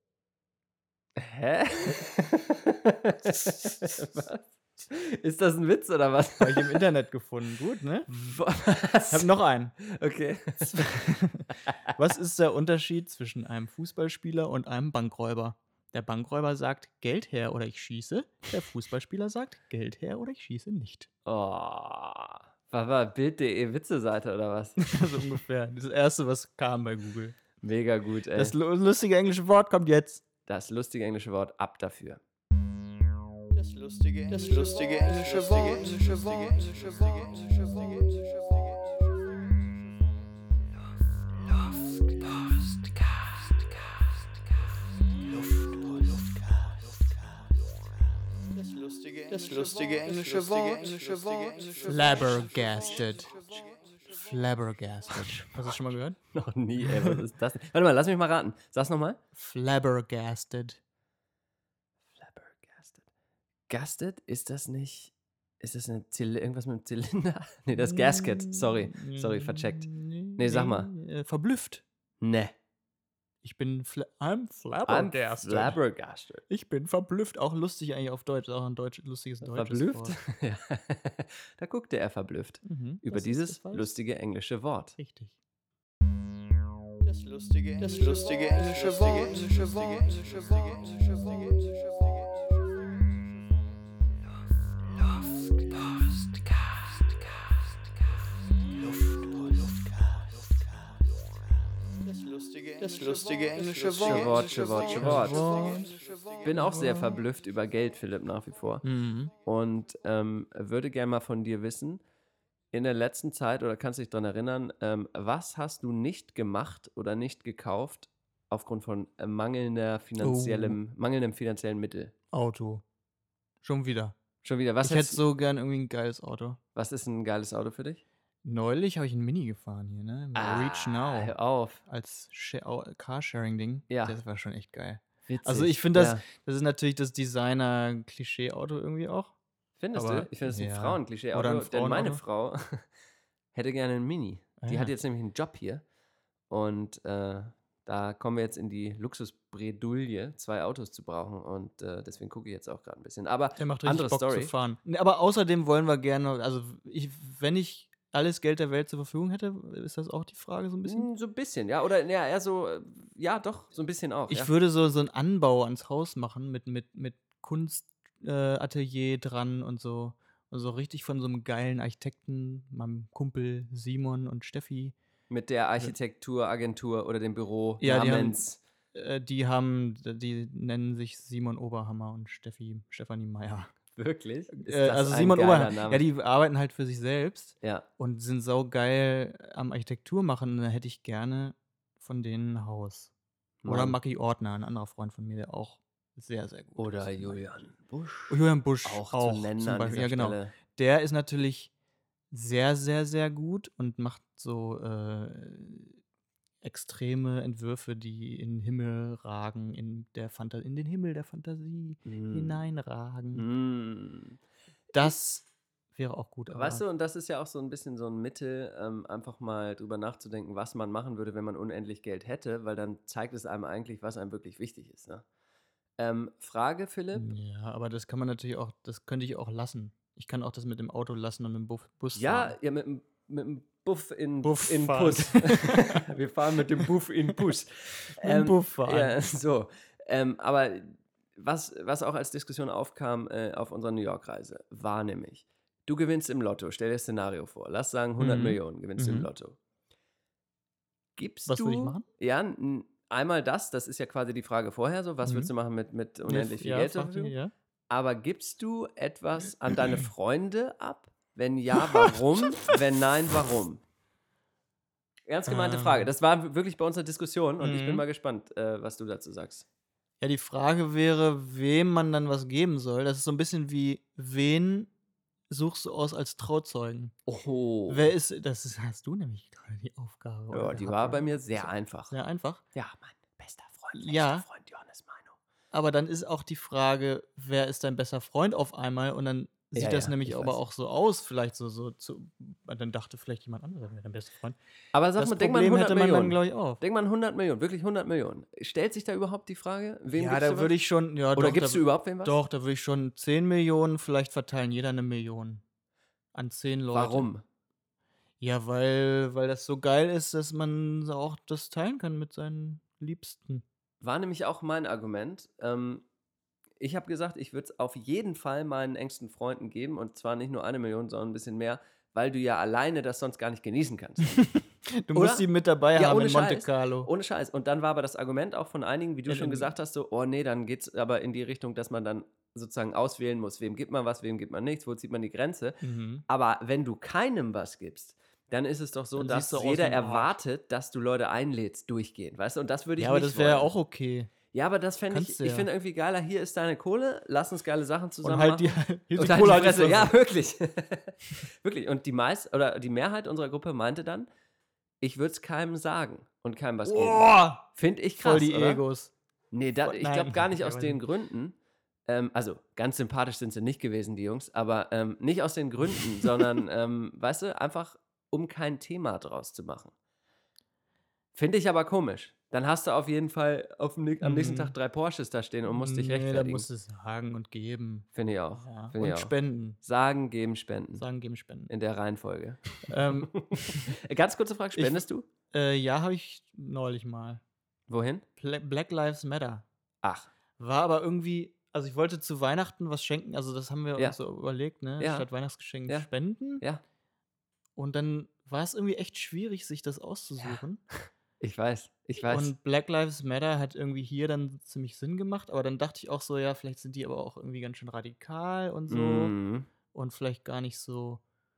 Hä? Was? Ist das ein Witz oder was? Habe ich im Internet gefunden. Gut, ne? Ich Was? habe noch einen. Okay. Was ist der Unterschied zwischen einem Fußballspieler und einem Bankräuber? Der Bankräuber sagt, Geld her oder ich schieße. Der Fußballspieler sagt, Geld her oder ich schieße nicht. Oh. War Bild.de Witze-Seite oder was? So ungefähr. Das erste, was kam bei Google. Mega gut, ey. Das lustige englische Wort kommt jetzt. Das lustige englische Wort, ab dafür. Das lustige englische Das lustige englische Wort. Flabbergasted. Flabbergasted. Hast du das schon mal gehört? Noch nie, ey. Was ist das denn? Warte mal, lass mich mal raten. Sag's nochmal. Flabbergasted. Flabbergasted. Gasted? Ist das eine irgendwas mit dem Zylinder? Nee, das ist Gasket. Sorry, vercheckt. Nee, sag mal. Verblüfft. Ne. Ich bin I'm I'm flabbergasted. flabbergasted. Ich bin verblüfft. Auch lustig eigentlich auf Deutsch. Auch ein lustiges deutsches Verblüfft? Wort. Ja. Da guckte er verblüfft über Das ist dieses das Wort. lustige englische Wort. Richtig. Das lustige englische Das lustige englische Wort. Bin auch sehr verblüfft über Geld, Philipp, nach wie vor. Mhm. Und würde gerne mal von dir wissen, in der letzten Zeit, oder kannst du dich daran erinnern, was hast du nicht gemacht oder nicht gekauft aufgrund von mangelndem finanziellen Mittel? Auto. Schon wieder. Schon wieder, was Ich hätte so gern irgendwie ein geiles Auto. was ist ein geiles Auto für dich? Neulich habe ich einen Mini gefahren hier, ne? Reach Now. Hör auf. Als Carsharing-Ding. Ja. Das war schon echt geil. Witzig. Also ich finde, Ja. das ist natürlich das Designer-Klischee-Auto irgendwie auch. Findest aber du? Ich finde es ein ja. Frauenklischee. Oder ein Denn meine Frauenauto. Frau hätte gerne einen Mini. Die Ah, hat ja. jetzt nämlich einen Job hier. Und da kommen wir jetzt in die Luxusbredouille, 2 Autos zu brauchen. Und deswegen gucke ich jetzt auch gerade ein bisschen. Aber Der macht richtig andere Bock Story. zu fahren. Nee, aber außerdem wollen wir gerne, also wenn ich alles Geld der Welt zur Verfügung hätte, ist das auch die Frage so ein bisschen? So ein bisschen, ja. Oder ja, eher so, ja, doch, so ein bisschen auch. Ich ja. würde so einen Anbau ans Haus machen mit Kunstatelier dran und so. Und so richtig von so einem geilen Architekten, meinem Kumpel Simon und Steffi. Mit der Architekturagentur oder dem Büro Ja, namens. die nennen sich Simon Oberhammer und Stefanie Meyer. Wirklich? Ist Also ein Simon geiler Oberhammer. Name? Ja, die arbeiten halt für sich selbst Ja. und sind saugeil am Architektur machen. Und da hätte ich gerne von denen ein Haus. Oder Mann. Maki Ordner, ein anderer Freund von mir, der auch sehr, sehr gut Oder ist. Julian Busch. Julian Busch Auch zu nennen zum an Beispiel. dieser Ja, genau. Stelle. Der ist natürlich sehr, sehr, sehr gut und macht so extreme Entwürfe, die in den Himmel ragen, in den Himmel der Fantasie hineinragen. Mm. Das wäre auch gut. Weißt du, und das ist ja auch so ein bisschen so ein Mittel, einfach mal drüber nachzudenken, was man machen würde, wenn man unendlich Geld hätte, weil dann zeigt es einem eigentlich, was einem wirklich wichtig ist. Ne? Frage, Philipp. Ja, aber das kann man natürlich auch, das könnte ich auch lassen. Ich kann auch das mit dem Auto lassen und mit dem Bus Ja, fahren. ja, mit dem Buff in Buff in fahren. Bus. Wir fahren mit dem Buff in Bus. Mit dem Buff fahren. Ja, so. Aber was auch als Diskussion aufkam auf unserer New York-Reise, war nämlich, du gewinnst im Lotto, stell dir das Szenario vor, lass sagen 100 Mhm. Millionen gewinnst du im Mhm. Lotto. Gibst Was du, würde ich machen? Ja, einmal das ist ja quasi die Frage vorher so, was Mhm. würdest du machen mit unendlich viel Ja, Geld zur frag die, Verfügung? ja. Aber gibst du etwas an deine Freunde ab? Wenn ja, warum? Wenn nein, warum? Ernst gemeinte Frage. Das war wirklich bei unserer Diskussion und ich bin mal gespannt, was du dazu sagst. Ja, die Frage wäre, wem man dann was geben soll. Das ist so ein bisschen wie, wen suchst du aus als Trauzeugen? Oh. Wer ist, hast du nämlich gerade die Aufgabe. Ja, oder die gehabt, war oder? bei mir sehr einfach. Sehr einfach. Ja, mein bester Freund, Ja. Freund Johannes Meino. Aber dann ist auch die Frage, wer ist dein bester Freund auf einmal? Und dann sieht Ja, das ja, nämlich ich aber weiß. auch so aus, vielleicht dann dachte vielleicht jemand anderes, wäre dein bester Freund. Aber sag Das mal, denk mal an Problem 100 hätte man dann, Millionen. glaube ich, auch. Denk mal an 100 Millionen, wirklich 100 Millionen. Stellt sich da überhaupt die Frage, wem Ja, gibst da du was? würde ich schon, ja, Oder doch, gibst du überhaupt wem was? Doch, da würde ich schon 10 Millionen vielleicht verteilen, jeder 1 Million an 10 Leute. Warum? Ja, weil das so geil ist, dass man auch das teilen kann mit seinen Liebsten. War nämlich auch mein Argument. Ich habe gesagt, ich würde es auf jeden Fall meinen engsten Freunden geben und zwar nicht nur 1 Million, sondern ein bisschen mehr, weil du ja alleine das sonst gar nicht genießen kannst. Du Oder? musst sie mit dabei Ja, haben ohne in Monte Scheiß. Carlo. Ohne Scheiß. Und dann war aber das Argument auch von einigen, wie du Ja, schon dann- gesagt hast, so, oh nee, dann geht es aber in die Richtung, dass man dann sozusagen auswählen muss, wem gibt man was, wem gibt man nichts, wo zieht man die Grenze. Mhm. Aber wenn du keinem was gibst, dann ist es doch so, Dann dass siehst du aus jeder wie ein Arsch. erwartet, dass du Leute einlädst, durchgehend, weißt du? Und das würde ich Ja, aber nicht das wäre ja wollen. auch okay. Ja, aber das fände Kannst du ich ja. finde irgendwie geiler, hier ist deine Kohle, lass uns geile Sachen zusammen Und halt die, machen. hier ist Und die halt Kohle die halt Fresse. jetzt Ja, wirklich. Wirklich. Und die Mehrheit unserer Gruppe meinte dann, ich würde es keinem sagen und keinem was geben. Boah, Finde ich krass, voll die oder? Egos. Nee, ich glaube Nein, gar nicht ich aus weiß den nicht. Gründen. Also, ganz sympathisch sind sie nicht gewesen, die Jungs, aber nicht aus den Gründen, sondern, weißt du, einfach, um kein Thema draus zu machen. Finde ich aber komisch. Dann hast du auf jeden Fall am nächsten Tag 3 Porsches da stehen und musst dich Nee, da rechtfertigen. musst du sagen und geben. Finde ich auch. Ja. Finde ich Und auch. spenden. Sagen, geben, spenden. Sagen, geben, spenden. In der Reihenfolge. ähm, Ganz kurze Frage, spendest du? ja, habe ich neulich mal. Wohin? Black Lives Matter. Ach, War aber irgendwie, also ich wollte zu Weihnachten was schenken, also das haben wir Ja. uns so überlegt, ne? Ja. Statt Weihnachtsgeschenken Ja. spenden. ja, Und dann war es irgendwie echt schwierig, sich das auszusuchen. ich weiß. Und Black Lives Matter hat irgendwie hier dann ziemlich Sinn gemacht, aber dann dachte ich auch so, ja, vielleicht sind die aber auch irgendwie ganz schön radikal und so Mhm. und vielleicht gar nicht so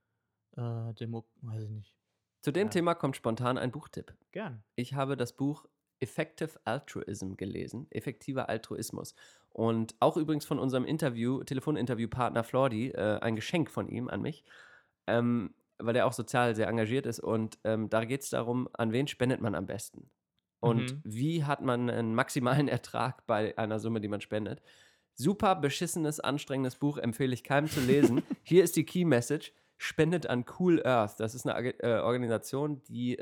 weiß ich nicht. Zu dem Ja. Thema kommt spontan ein Buchtipp. Gern. Ich habe das Buch Effective Altruism gelesen, effektiver Altruismus. Und auch übrigens von unserem Telefoninterviewpartner Flordi, ein Geschenk von ihm an mich, weil er auch sozial sehr engagiert ist. Und da geht es darum, an wen spendet man am besten? Und wie hat man einen maximalen Ertrag bei einer Summe, die man spendet? Super beschissenes, anstrengendes Buch, empfehle ich keinem zu lesen. Hier ist die Key Message: Spendet an Cool Earth. Das ist eine Organisation, die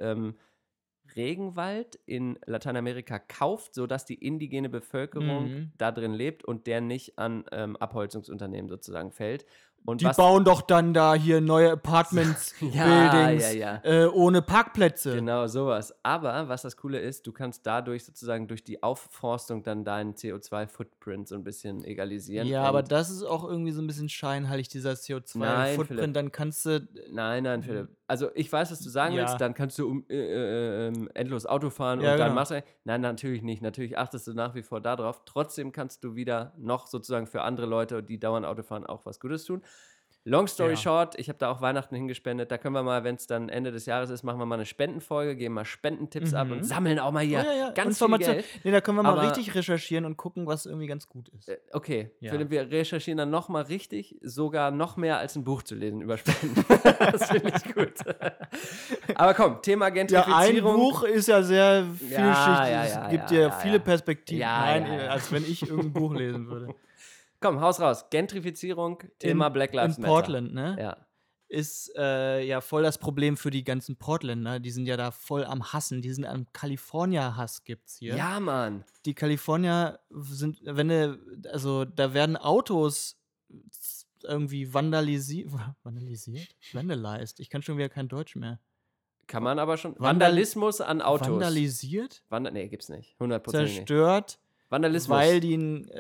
Regenwald in Lateinamerika kauft, sodass die indigene Bevölkerung da drin lebt und der nicht an Abholzungsunternehmen sozusagen fällt. Und Die bauen doch dann da hier neue Apartments, Ja, Buildings, ja. ohne Parkplätze. Genau, sowas. Aber was das Coole ist, du kannst dadurch sozusagen durch die Aufforstung dann deinen CO2-Footprint so ein bisschen egalisieren. Ja, und aber das ist auch irgendwie so ein bisschen scheinheilig, dieser Nein, CO2-Footprint. Philipp. Dann kannst du. Nein, Philipp. Also ich weiß, was du sagen Ja. willst, dann kannst du endlos Auto fahren Ja, und dann genau. machst du. Nein, natürlich nicht. Natürlich achtest du nach wie vor darauf. Trotzdem kannst du wieder noch sozusagen für andere Leute, die dauernd Auto fahren, auch was Gutes tun. Long story Ja. short, ich habe da auch Weihnachten hingespendet. Da können wir mal, wenn es dann Ende des Jahres ist, machen wir mal eine Spendenfolge, geben mal Spendentipps ab und sammeln auch mal hier ganz viel Information. Geld. Nee, da können wir mal Aber- richtig recherchieren und gucken, was irgendwie ganz gut ist. Okay, Ja. Philipp, wir recherchieren dann nochmal richtig, sogar noch mehr als ein Buch zu lesen über Spenden. Das finde ich gut. Aber komm, Thema Ja, ein Gentrifizierung. Buch ist ja sehr vielschichtig. ja, Es ja, gibt ja, dir ja, viele ja. Perspektiven. Ja, Nein, ja, ja. als wenn ich irgendein Buch lesen würde. Komm, Haus raus. Gentrifizierung, Thema Black Lives in Matter. Portland, ne? Ja. Ist ja voll das Problem für die ganzen Portländer. Die sind ja da voll am Hassen. Die sind am California-Hass gibt's hier. Ja, Mann. Die Californier sind, also da werden Autos irgendwie vandalisiert? Vandalized? Ich kann schon wieder kein Deutsch mehr. Kann man aber schon. Vandal- Vandalismus an Autos. Vandalisiert? Nee, gibt's nicht. 100% nicht. Zerstört? Vandalismus. Weil die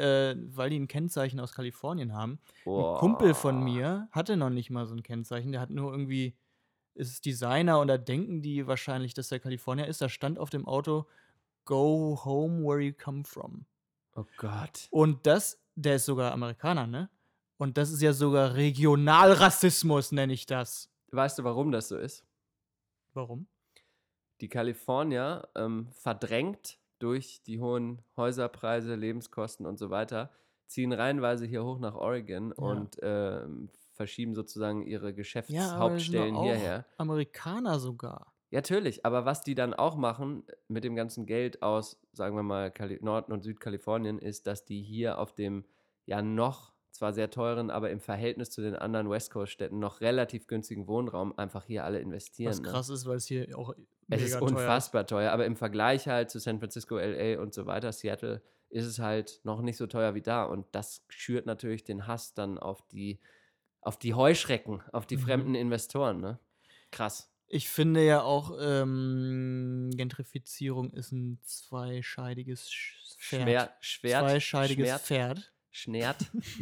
ein Kennzeichen aus Kalifornien haben. Boah. Ein Kumpel von mir hatte noch nicht mal so ein Kennzeichen. Der hat nur irgendwie, ist Designer und da denken die wahrscheinlich, dass der Kalifornier ist. Da stand auf dem Auto, go home where you come from. Oh Gott. Und der ist sogar Amerikaner, ne? Und das ist ja sogar Regionalrassismus, nenne ich das. Weißt du, warum das so ist? Warum? Die Kalifornier verdrängt durch die hohen Häuserpreise, Lebenskosten und so weiter, ziehen reihenweise hier hoch nach Oregon und verschieben sozusagen ihre Geschäftshauptstellen hierher. Amerikaner sogar. Ja, natürlich, aber was die dann auch machen mit dem ganzen Geld aus, sagen wir mal, Nord- und Südkalifornien, ist, dass die hier auf dem ja noch zwar sehr teuren, aber im Verhältnis zu den anderen West Coast-Städten noch relativ günstigen Wohnraum einfach hier alle investieren. Was krass ist, weil es hier auch Es mega ist teuer unfassbar teuer, aber im Vergleich halt zu San Francisco, LA und so weiter, Seattle, ist es halt noch nicht so teuer wie da. Und das schürt natürlich den Hass dann auf die Heuschrecken, auf die fremden Investoren. Ne? Krass. Ich finde ja auch, Gentrifizierung ist ein zweischeidiges Pferd. Zweischeidiges Pferd. Schnert.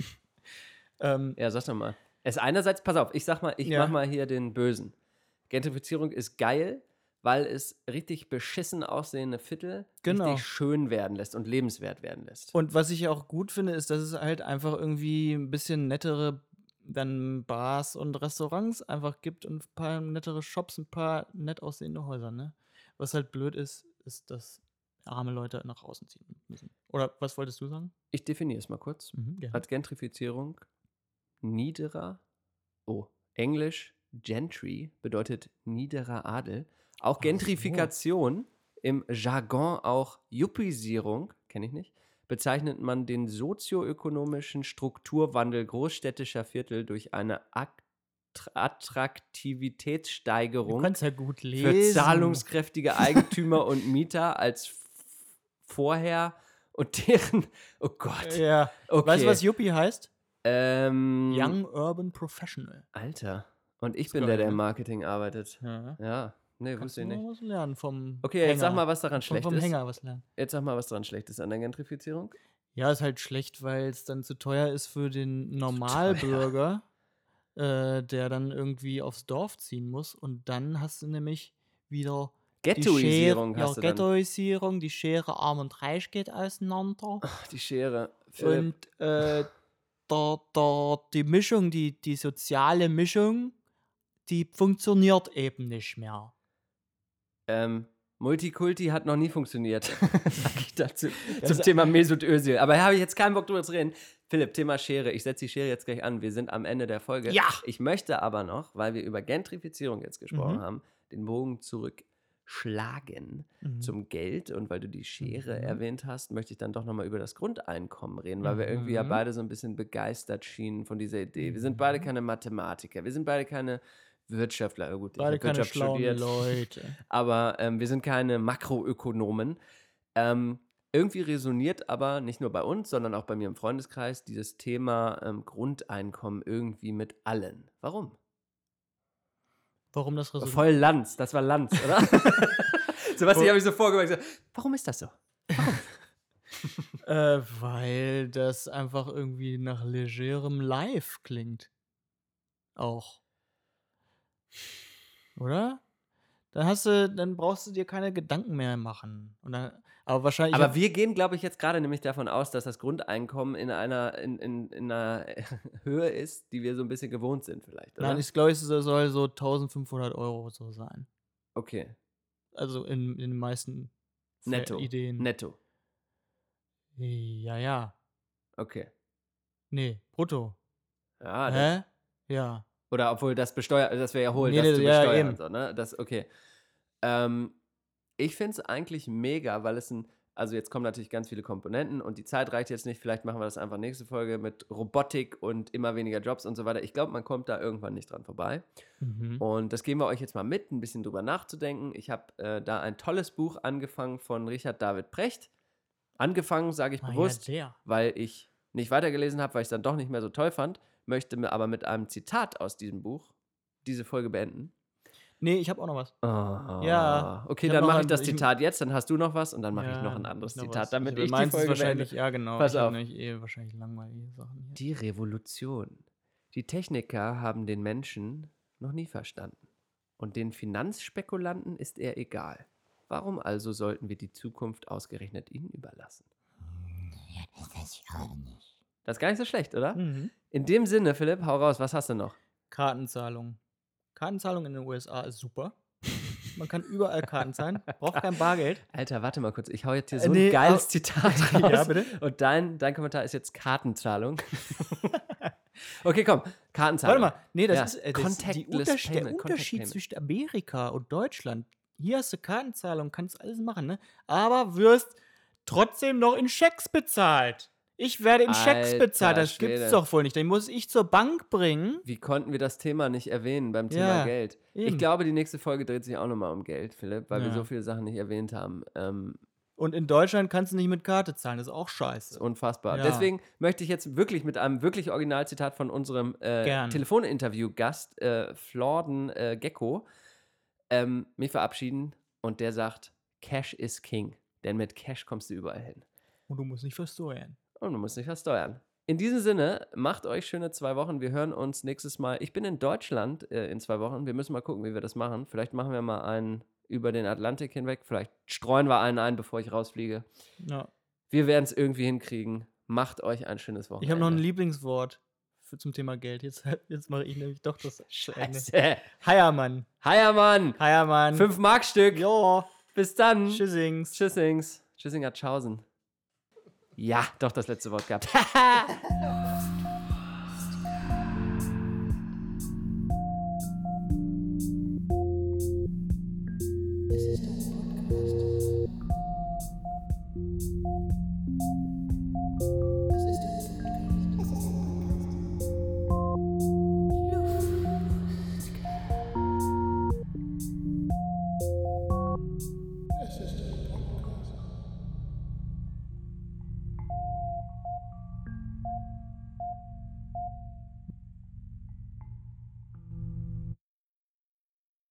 Ähm, Ja, sag doch mal. Es einerseits, pass auf, ich sag mal, ich Ja. mach mal hier den Bösen. Gentrifizierung ist geil, weil es richtig beschissen aussehende Viertel Genau. richtig schön werden lässt und lebenswert werden lässt. Und was ich auch gut finde, ist, dass es halt einfach irgendwie ein bisschen nettere dann Bars und Restaurants einfach gibt und ein paar nettere Shops, ein paar nett aussehende Häuser, ne? Was halt blöd ist, dass arme Leute nach außen ziehen müssen. Oder was wolltest du sagen? Ich definiere es mal kurz. Gerne. Als Gentrifizierung niederer, Englisch Gentry bedeutet niederer Adel. Auch Ach Gentrifikation, im Jargon auch Yuppisierung, kenne ich nicht, bezeichnet man den sozioökonomischen Strukturwandel großstädtischer Viertel durch eine Du Attraktivitätssteigerung kannst ja gut für lesen. zahlungskräftige Eigentümer und Mieter als vorher und deren, oh Gott. Ja. Okay. Weißt du, was Yuppie heißt? Young Young Urban Professional. Alter. Und ich Ist bin geil, der ne? im Marketing arbeitet. Ja. Ja, nee, Kannst wusste du ich mal nicht. was lernen vom Okay, jetzt sag Hänger. mal, was daran schlecht vom ist. Hänger was lernen. Jetzt sag mal, was daran schlecht ist an der Gentrifizierung. Ja, ist halt schlecht, weil es dann zu teuer ist für den Normalbürger, der dann irgendwie aufs Dorf ziehen muss. Und dann hast du nämlich wieder Ghettoisierung die hast du dann. Ghettoisierung, die Schere Arm und Reich geht auseinander. Die Schere. Philipp, Und die Mischung, die soziale Mischung, die funktioniert eben nicht mehr. Multikulti hat noch nie funktioniert. Sag ich dazu. Zum ist- Thema Mesut Özil. Aber da habe ich jetzt keinen Bock drüber zu reden. Philipp, Thema Schere. Ich setze die Schere jetzt gleich an. Wir sind am Ende der Folge. Ja. Ich möchte aber noch, weil wir über Gentrifizierung jetzt gesprochen Mhm. haben, den Bogen zurückschlagen zum Geld. Und weil du die Schere erwähnt hast, möchte ich dann doch nochmal über das Grundeinkommen reden, weil wir irgendwie ja beide so ein bisschen begeistert schienen von dieser Idee. Wir sind beide keine Mathematiker. Wir sind beide keine Wirtschaftler. Gut, Beide ich habe keine Wirtschaft schlauen studiert. Leute. Aber wir sind keine Makroökonomen. Irgendwie resoniert aber nicht nur bei uns, sondern auch bei mir im Freundeskreis dieses Thema Grundeinkommen irgendwie mit allen. Warum? Warum das Resultat? Voll Lanz, das war Lanz, oder? Sebastian, habe ich so vorgemacht. Warum ist das so? Weil das einfach irgendwie nach legerem Live klingt. Auch. Oder? Dann brauchst du dir keine Gedanken mehr machen. Und dann, aber wahrscheinlich. Aber wir gehen, glaube ich, jetzt gerade nämlich davon aus, dass das Grundeinkommen in einer Höhe ist, die wir so ein bisschen gewohnt sind vielleicht, oder? Nein, ich glaube, es soll so 1.500 € so sein. Okay, Also in den meisten netto. Ideen. Netto, Ja. okay. Nee, brutto. Ja, Hä? Ja. oder obwohl das besteuert, das wäre ja hohl, Nee, das zu ja, besteuern. eben. So, ne? Das, okay. Ich finde es eigentlich mega, weil es also jetzt kommen natürlich ganz viele Komponenten und die Zeit reicht jetzt nicht, vielleicht machen wir das einfach nächste Folge mit Robotik und immer weniger Jobs und so weiter. Ich glaube, man kommt da irgendwann nicht dran vorbei. Und das geben wir euch jetzt mal mit, ein bisschen drüber nachzudenken. Ich habe da ein tolles Buch angefangen von Richard David Precht. Angefangen, sage ich bewusst, der. weil ich nicht weitergelesen habe, weil ich es dann doch nicht mehr so toll fand, möchte mir aber mit einem Zitat aus diesem Buch diese Folge beenden. Nee, ich habe auch noch was. Ja. Okay, Ich hab dann noch mache ich ein- das ich- Zitat jetzt, dann hast du noch was und dann mache ich Ja, noch ein anderes noch Zitat, was. damit Du ich die meinst es Folge wahrscheinlich, beende. ja genau. Pass ich hab auf. nämlich wahrscheinlich langweilige Sachen hier. Die Revolution. Die Techniker haben den Menschen noch nie verstanden. Und den Finanzspekulanten ist er egal. Warum also sollten wir die Zukunft ausgerechnet ihnen überlassen? Das ist gar nicht so schlecht, oder? In dem Sinne, Philipp, hau raus, was hast du noch? Kartenzahlung. Kartenzahlung in den USA ist super. Man kann überall Karten zahlen, braucht kein Bargeld. Alter, warte mal kurz, ich hau jetzt hier so Nee, ein geiles aber- Zitat raus. Ja, bitte? Und dein Kommentar ist jetzt Kartenzahlung. Okay, komm, Kartenzahlung. Warte mal, nee, das Ja, ist der Contactless Unterschied Payment, Contact Unterschied Payment. zwischen Amerika und Deutschland. Hier hast du Kartenzahlung, kannst alles machen, ne? Aber wirst trotzdem noch in Schecks bezahlt. Ich werde in Schecks Alter bezahlt, das Schwede. gibt's doch wohl nicht. Den muss ich zur Bank bringen. Wie konnten wir das Thema nicht erwähnen beim Thema Ja, Geld? Ich eben. glaube, die nächste Folge dreht sich auch nochmal um Geld, Philipp, weil wir Ja. so viele Sachen nicht erwähnt haben. Und in Deutschland kannst du nicht mit Karte zahlen, das ist auch Das ist scheiße. unfassbar. Ja. Deswegen möchte ich jetzt wirklich mit einem wirklich Originalzitat von unserem Gern. Telefoninterview-Gast Florden Gecko mich verabschieden. Und der sagt, Cash is King. Denn mit Cash kommst du überall hin. Und du musst nicht versteuern. Und du musst nicht versteuern. In diesem Sinne, macht euch schöne 2 Wochen. Wir hören uns nächstes Mal. Ich bin in Deutschland in 2 Wochen. Wir müssen mal gucken, wie wir das machen. Vielleicht machen wir mal einen über den Atlantik hinweg. Vielleicht streuen wir einen ein, bevor ich rausfliege. Ja. Wir werden es irgendwie hinkriegen. Macht euch ein schönes Wochenende. Ich habe noch ein Lieblingswort zum Thema Geld. Jetzt mache ich nämlich doch das Ende. Scheiße. Heiermann. Heiermann. Heiermann. 5-Mark-Stück. Jo. Bis dann. Tschüssings. Tschüssings. Tschüssinger Tschaußen. Ja, doch das letzte Wort gehabt.